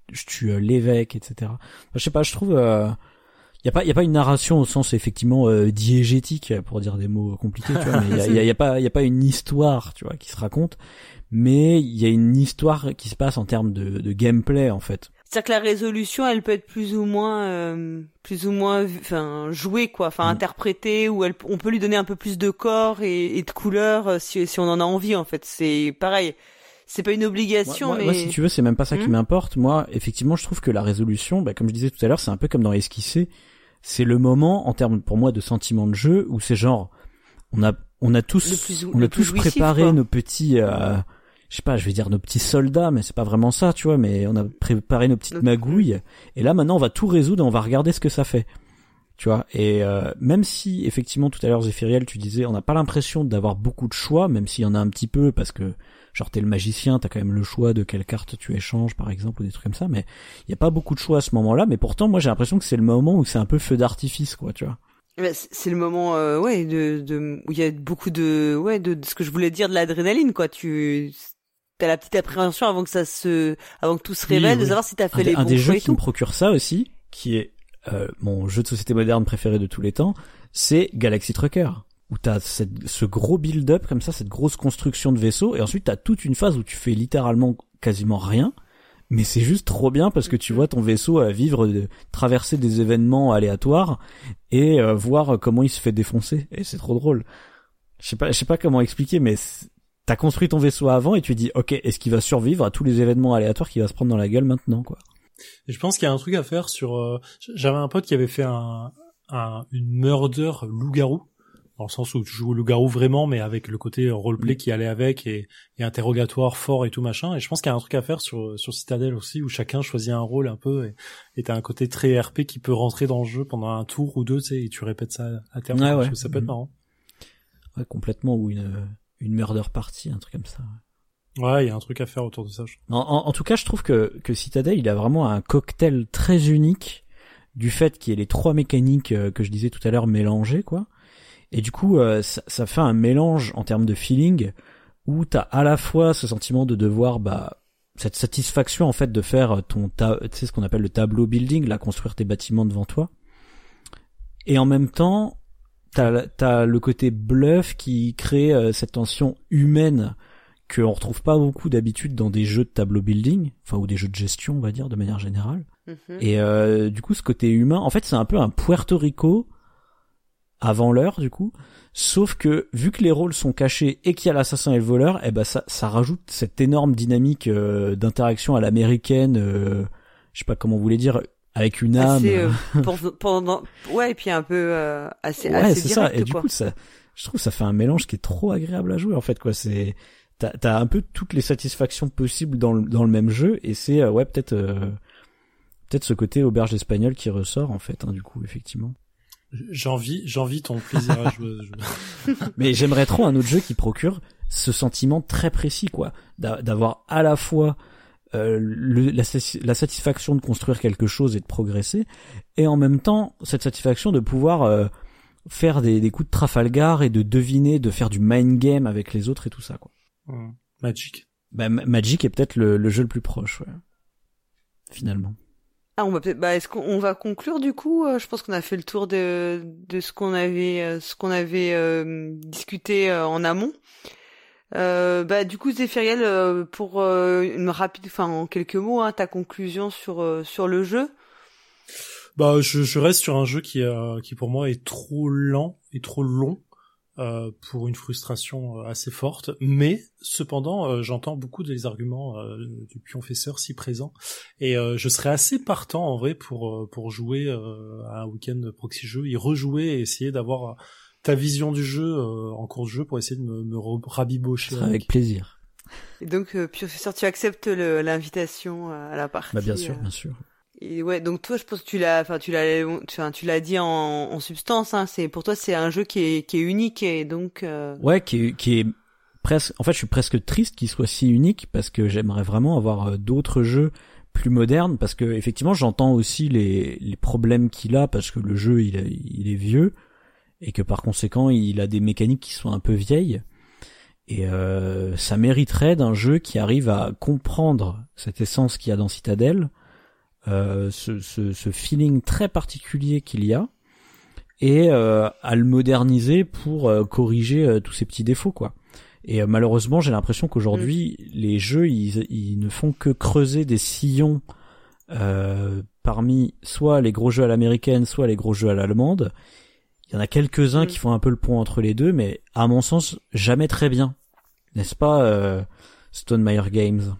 B: tue l'évêque, etc. Enfin, je sais pas, je trouve, y a pas une narration au sens, effectivement, diégétique, pour dire des mots compliqués, tu vois, mais y a pas une histoire, tu vois, qui se raconte, mais il y a une histoire qui se passe en termes de gameplay, en fait.
A: C'est-à-dire que la résolution, elle peut être plus ou moins, enfin, jouée, quoi, enfin, interprétée, ou on peut lui donner un peu plus de corps et de couleur si on en a envie, en fait. C'est pareil. C'est pas une obligation, mais...
B: Moi, si tu veux, c'est même pas ça qui m'importe. Moi, effectivement, je trouve que la résolution, comme je disais tout à l'heure, c'est un peu comme dans Esquisser. C'est le moment, en termes, pour moi, de sentiment de jeu, où c'est genre, on a tous préparé
A: quoi.
B: nos petits, je sais pas, je vais dire nos petits soldats, mais c'est pas vraiment ça, tu vois, mais on a préparé nos petites magouilles, et là, maintenant, on va tout résoudre et on va regarder ce que ça fait. Tu vois, et même si, effectivement, tout à l'heure, Zéphiriel, tu disais, on n'a pas l'impression d'avoir beaucoup de choix, même s'il y en a un petit peu, parce que, genre, t'es le magicien, t'as quand même le choix de quelle carte tu échanges, par exemple, ou des trucs comme ça, mais il y a pas beaucoup de choix à ce moment-là, mais pourtant, moi, j'ai l'impression que c'est le moment où c'est un peu feu d'artifice, quoi, tu vois.
A: C'est le moment, où il y a beaucoup de ce que je voulais dire, de l'adrénaline, quoi. T'as la petite appréhension avant que tout se révèle, de savoir si t'as fait les bons choix.
B: Un des jeux
A: et
B: qui
A: tout.
B: me procure ça aussi, qui est mon jeu de société moderne préféré de tous les temps, c'est Galaxy Trucker, où t'as ce gros build-up comme ça, cette grosse construction de vaisseau, et ensuite t'as toute une phase où tu fais littéralement quasiment rien, mais c'est juste trop bien parce que tu vois ton vaisseau traverser des événements aléatoires et voir comment il se fait défoncer, et c'est trop drôle. Je sais pas comment expliquer, mais t'as construit ton vaisseau avant et tu dis, ok, est-ce qu'il va survivre à tous les événements aléatoires qu'il va se prendre dans la gueule maintenant, quoi.
C: Et je pense qu'il y a un truc à faire sur... J'avais un pote qui avait fait une murder loup-garou, dans le sens où tu joues au loup-garou vraiment, mais avec le côté roleplay qui allait avec et interrogatoire fort et tout machin. Et je pense qu'il y a un truc à faire sur Citadel aussi, où chacun choisit un rôle un peu et t'as un côté très RP qui peut rentrer dans le jeu pendant un tour ou deux, tu sais, et tu répètes ça à terme.
B: Ouais, ouais.
C: Ça peut être marrant.
B: Ouais, complètement, ou une murder party, un truc comme ça.
C: Ouais, il y a un truc à faire autour de ça.
B: En tout cas, je trouve que Citadel, il a vraiment un cocktail très unique du fait qu'il y ait les trois mécaniques que je disais tout à l'heure mélangées, quoi. Et du coup, ça fait un mélange en termes de feeling où t'as à la fois ce sentiment de devoir, cette satisfaction en fait de faire tu sais ce qu'on appelle le tableau building, là, construire tes bâtiments devant toi. Et en même temps, t'as le côté bluff qui crée cette tension humaine qu'on retrouve pas beaucoup d'habitude dans des jeux de tableau building, enfin ou des jeux de gestion, on va dire, de manière générale. Et du coup, ce côté humain, en fait, c'est un peu un Puerto Rico avant l'heure, du coup. Sauf que, vu que les rôles sont cachés et qu'il y a l'assassin et le voleur, eh ben, ça rajoute cette énorme dynamique, d'interaction à l'américaine, je sais pas comment vous voulez dire, avec une âme.
A: Ouais, et puis un peu, assez
B: c'est
A: direct,
B: ça. Et
A: quoi.
B: du coup, je trouve que ça fait un mélange qui est trop agréable à jouer, en fait, quoi. T'as un peu toutes les satisfactions possibles dans le même jeu, et c'est, peut-être ce côté auberge espagnole qui ressort, en fait, du coup, effectivement.
C: J'envie ton plaisir à jouer.
B: Mais j'aimerais trop un autre jeu qui procure ce sentiment très précis, quoi, d'avoir à la fois la satisfaction de construire quelque chose et de progresser, et en même temps cette satisfaction de pouvoir faire des coups de Trafalgar et de deviner, de faire du mind game avec les autres et tout ça, quoi.
C: Magic.
B: Magic est peut-être le jeu le plus proche, ouais. Finalement.
A: On va peut-être, est-ce qu'on va conclure du coup? Je pense qu'on a fait le tour de ce qu'on avait discuté en amont. Du coup, Zéphiriel, pour une rapide, en quelques mots, ta conclusion sur le jeu.
C: Je reste sur un jeu qui pour moi est trop lent et trop long. Pour une frustration assez forte, mais cependant j'entends beaucoup des arguments du pionfesseur si présent, et je serais assez partant en vrai pour jouer à un week-end proxy jeu, y rejouer et essayer d'avoir ta vision du jeu en cours de jeu pour essayer de me rabibocher.
B: Avec plaisir.
A: Et donc pionfesseur, tu acceptes l'invitation à la partie?
B: Bien sûr, bien sûr.
A: Et ouais, donc toi, je pense que tu l'as dit en substance, pour toi, c'est un jeu qui est unique, et donc.
B: Ouais, qui est presque. En fait, je suis presque triste qu'il soit si unique, parce que j'aimerais vraiment avoir d'autres jeux plus modernes, parce que effectivement, j'entends aussi les problèmes qu'il a, parce que le jeu il est vieux, et que par conséquent, il a des mécaniques qui sont un peu vieilles. Et ça mériterait d'un jeu qui arrive à comprendre cette essence qu'il y a dans Citadel. Ce feeling très particulier qu'il y a, et à le moderniser pour corriger tous ces petits défauts, quoi. Et malheureusement, j'ai l'impression qu'aujourd'hui les jeux ils ne font que creuser des sillons parmi soit les gros jeux à l'américaine, soit les gros jeux à l'allemande. Il y en a quelques-uns qui font un peu le pont entre les deux, mais à mon sens jamais très bien, n'est-ce pas, Stonemaier Games?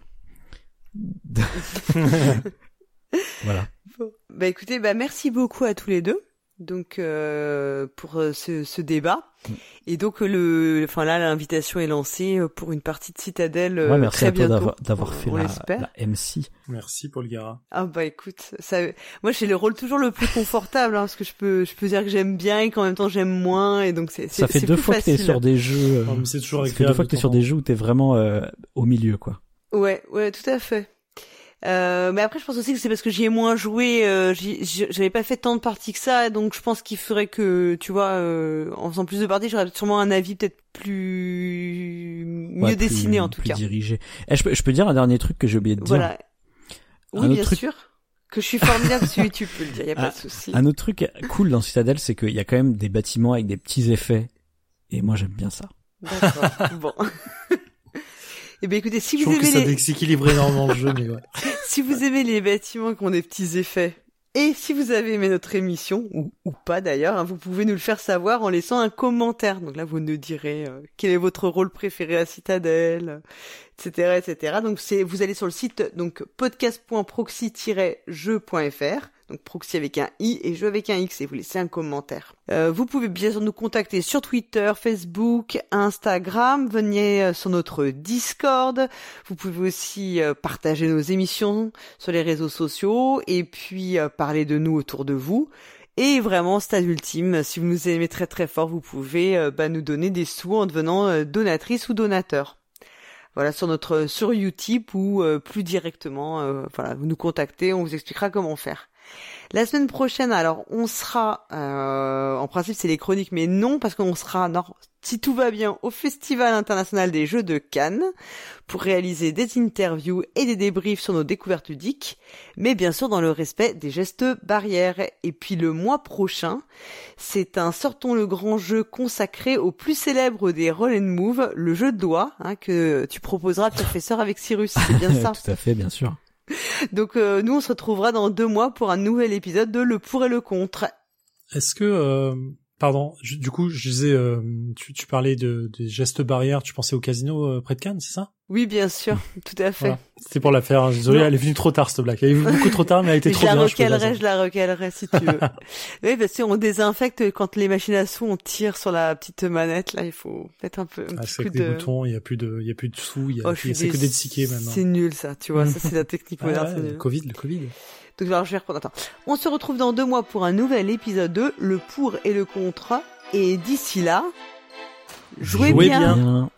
B: Voilà.
A: Bon. Écoutez, merci beaucoup à tous les deux. Donc pour ce débat. Et donc l'invitation est lancée pour une partie de Citadel
B: merci
A: très
B: à toi
A: bientôt.
B: d'avoir fait la MC.
C: Merci Paul Gara.
A: Écoute, moi j'ai le rôle toujours le plus confortable, parce que je peux dire que j'aime bien et qu'en même temps j'aime moins, et donc
B: ça fait deux fois que t'es sur des jeux.
C: C'est toujours agréable.
B: Ça fait deux fois que t'es sur des jeux où t'es vraiment au milieu, quoi.
A: Ouais, tout à fait. Mais après je pense aussi que c'est parce que j'y ai moins joué, j'avais pas fait tant de parties que ça, donc je pense qu'il faudrait que, tu vois, en faisant plus de parties, j'aurais sûrement un avis peut-être mieux dessiné, en tout cas.
B: Dirigé. Je peux dire un dernier truc que j'ai oublié de dire.
A: Voilà. Oui, bien sûr. Que je suis formidable, celui tu peux le dire, y a pas de souci.
B: Un autre truc cool dans Citadel, c'est qu'il y a quand même des bâtiments avec des petits effets, et moi j'aime bien ça.
A: D'accord. Bon. Écoutez, si vous aimez
C: ça déséquilibre énormément le jeu, mais ouais.
A: Si vous aimez les bâtiments qui ont des petits effets, et si vous avez aimé notre émission, ou pas d'ailleurs, vous pouvez nous le faire savoir en laissant un commentaire. Donc là, vous nous direz quel est votre rôle préféré à Citadel, etc., etc. Donc vous allez sur le site podcast.proxy-jeu.fr. Donc proxy avec un i et jeu avec un x, et vous laissez un commentaire. Vous pouvez bien sûr nous contacter sur Twitter, Facebook, Instagram. Venez sur notre Discord. Vous pouvez aussi partager nos émissions sur les réseaux sociaux, et puis parler de nous autour de vous. Et vraiment, stade ultime, si vous nous aimez très très fort, vous pouvez nous donner des sous en devenant donatrice ou donateur. Voilà, sur Utip, ou plus directement, vous nous contactez, on vous expliquera comment faire. La semaine prochaine, alors, on sera, en principe, c'est les chroniques, mais non, parce qu'on sera, si tout va bien, au Festival international des Jeux de Cannes, pour réaliser des interviews et des débriefs sur nos découvertes ludiques, mais bien sûr dans le respect des gestes barrières. Et puis le mois prochain, c'est un Sortons le grand jeu consacré au plus célèbre des roll and move, le jeu de doigts, que tu proposeras, professeur, avec Cyrus, c'est bien ça?
B: Tout à fait, bien sûr.
A: Donc nous, on se retrouvera dans 2 mois pour un nouvel épisode de Le Pour et le Contre.
C: Est-ce que... Pardon, du coup, je disais, tu parlais des gestes barrières, tu pensais au casino près de Cannes, c'est ça?
A: Oui, bien sûr, tout à fait.
C: Voilà. C'était pour la faire, désolé, elle est venue trop tard cette blague. Elle est venue beaucoup trop tard, mais elle était trop bien.
A: Je la recalerai si tu veux. Oui, parce qu'on désinfecte quand les machines à sous, on tire sur la petite manette, là, il faut mettre un petit
C: c'est
A: coup
C: avec des boutons, il y a plus de sous, c'est que des tickets maintenant.
A: C'est nul, ça, tu vois, ça c'est la technique moderne, c'est nul.
C: Le Covid.
A: Donc alors je vais reprendre. Attends. On se retrouve dans 2 mois pour un nouvel épisode de Le Pour et le Contre. Et d'ici là, jouez bien.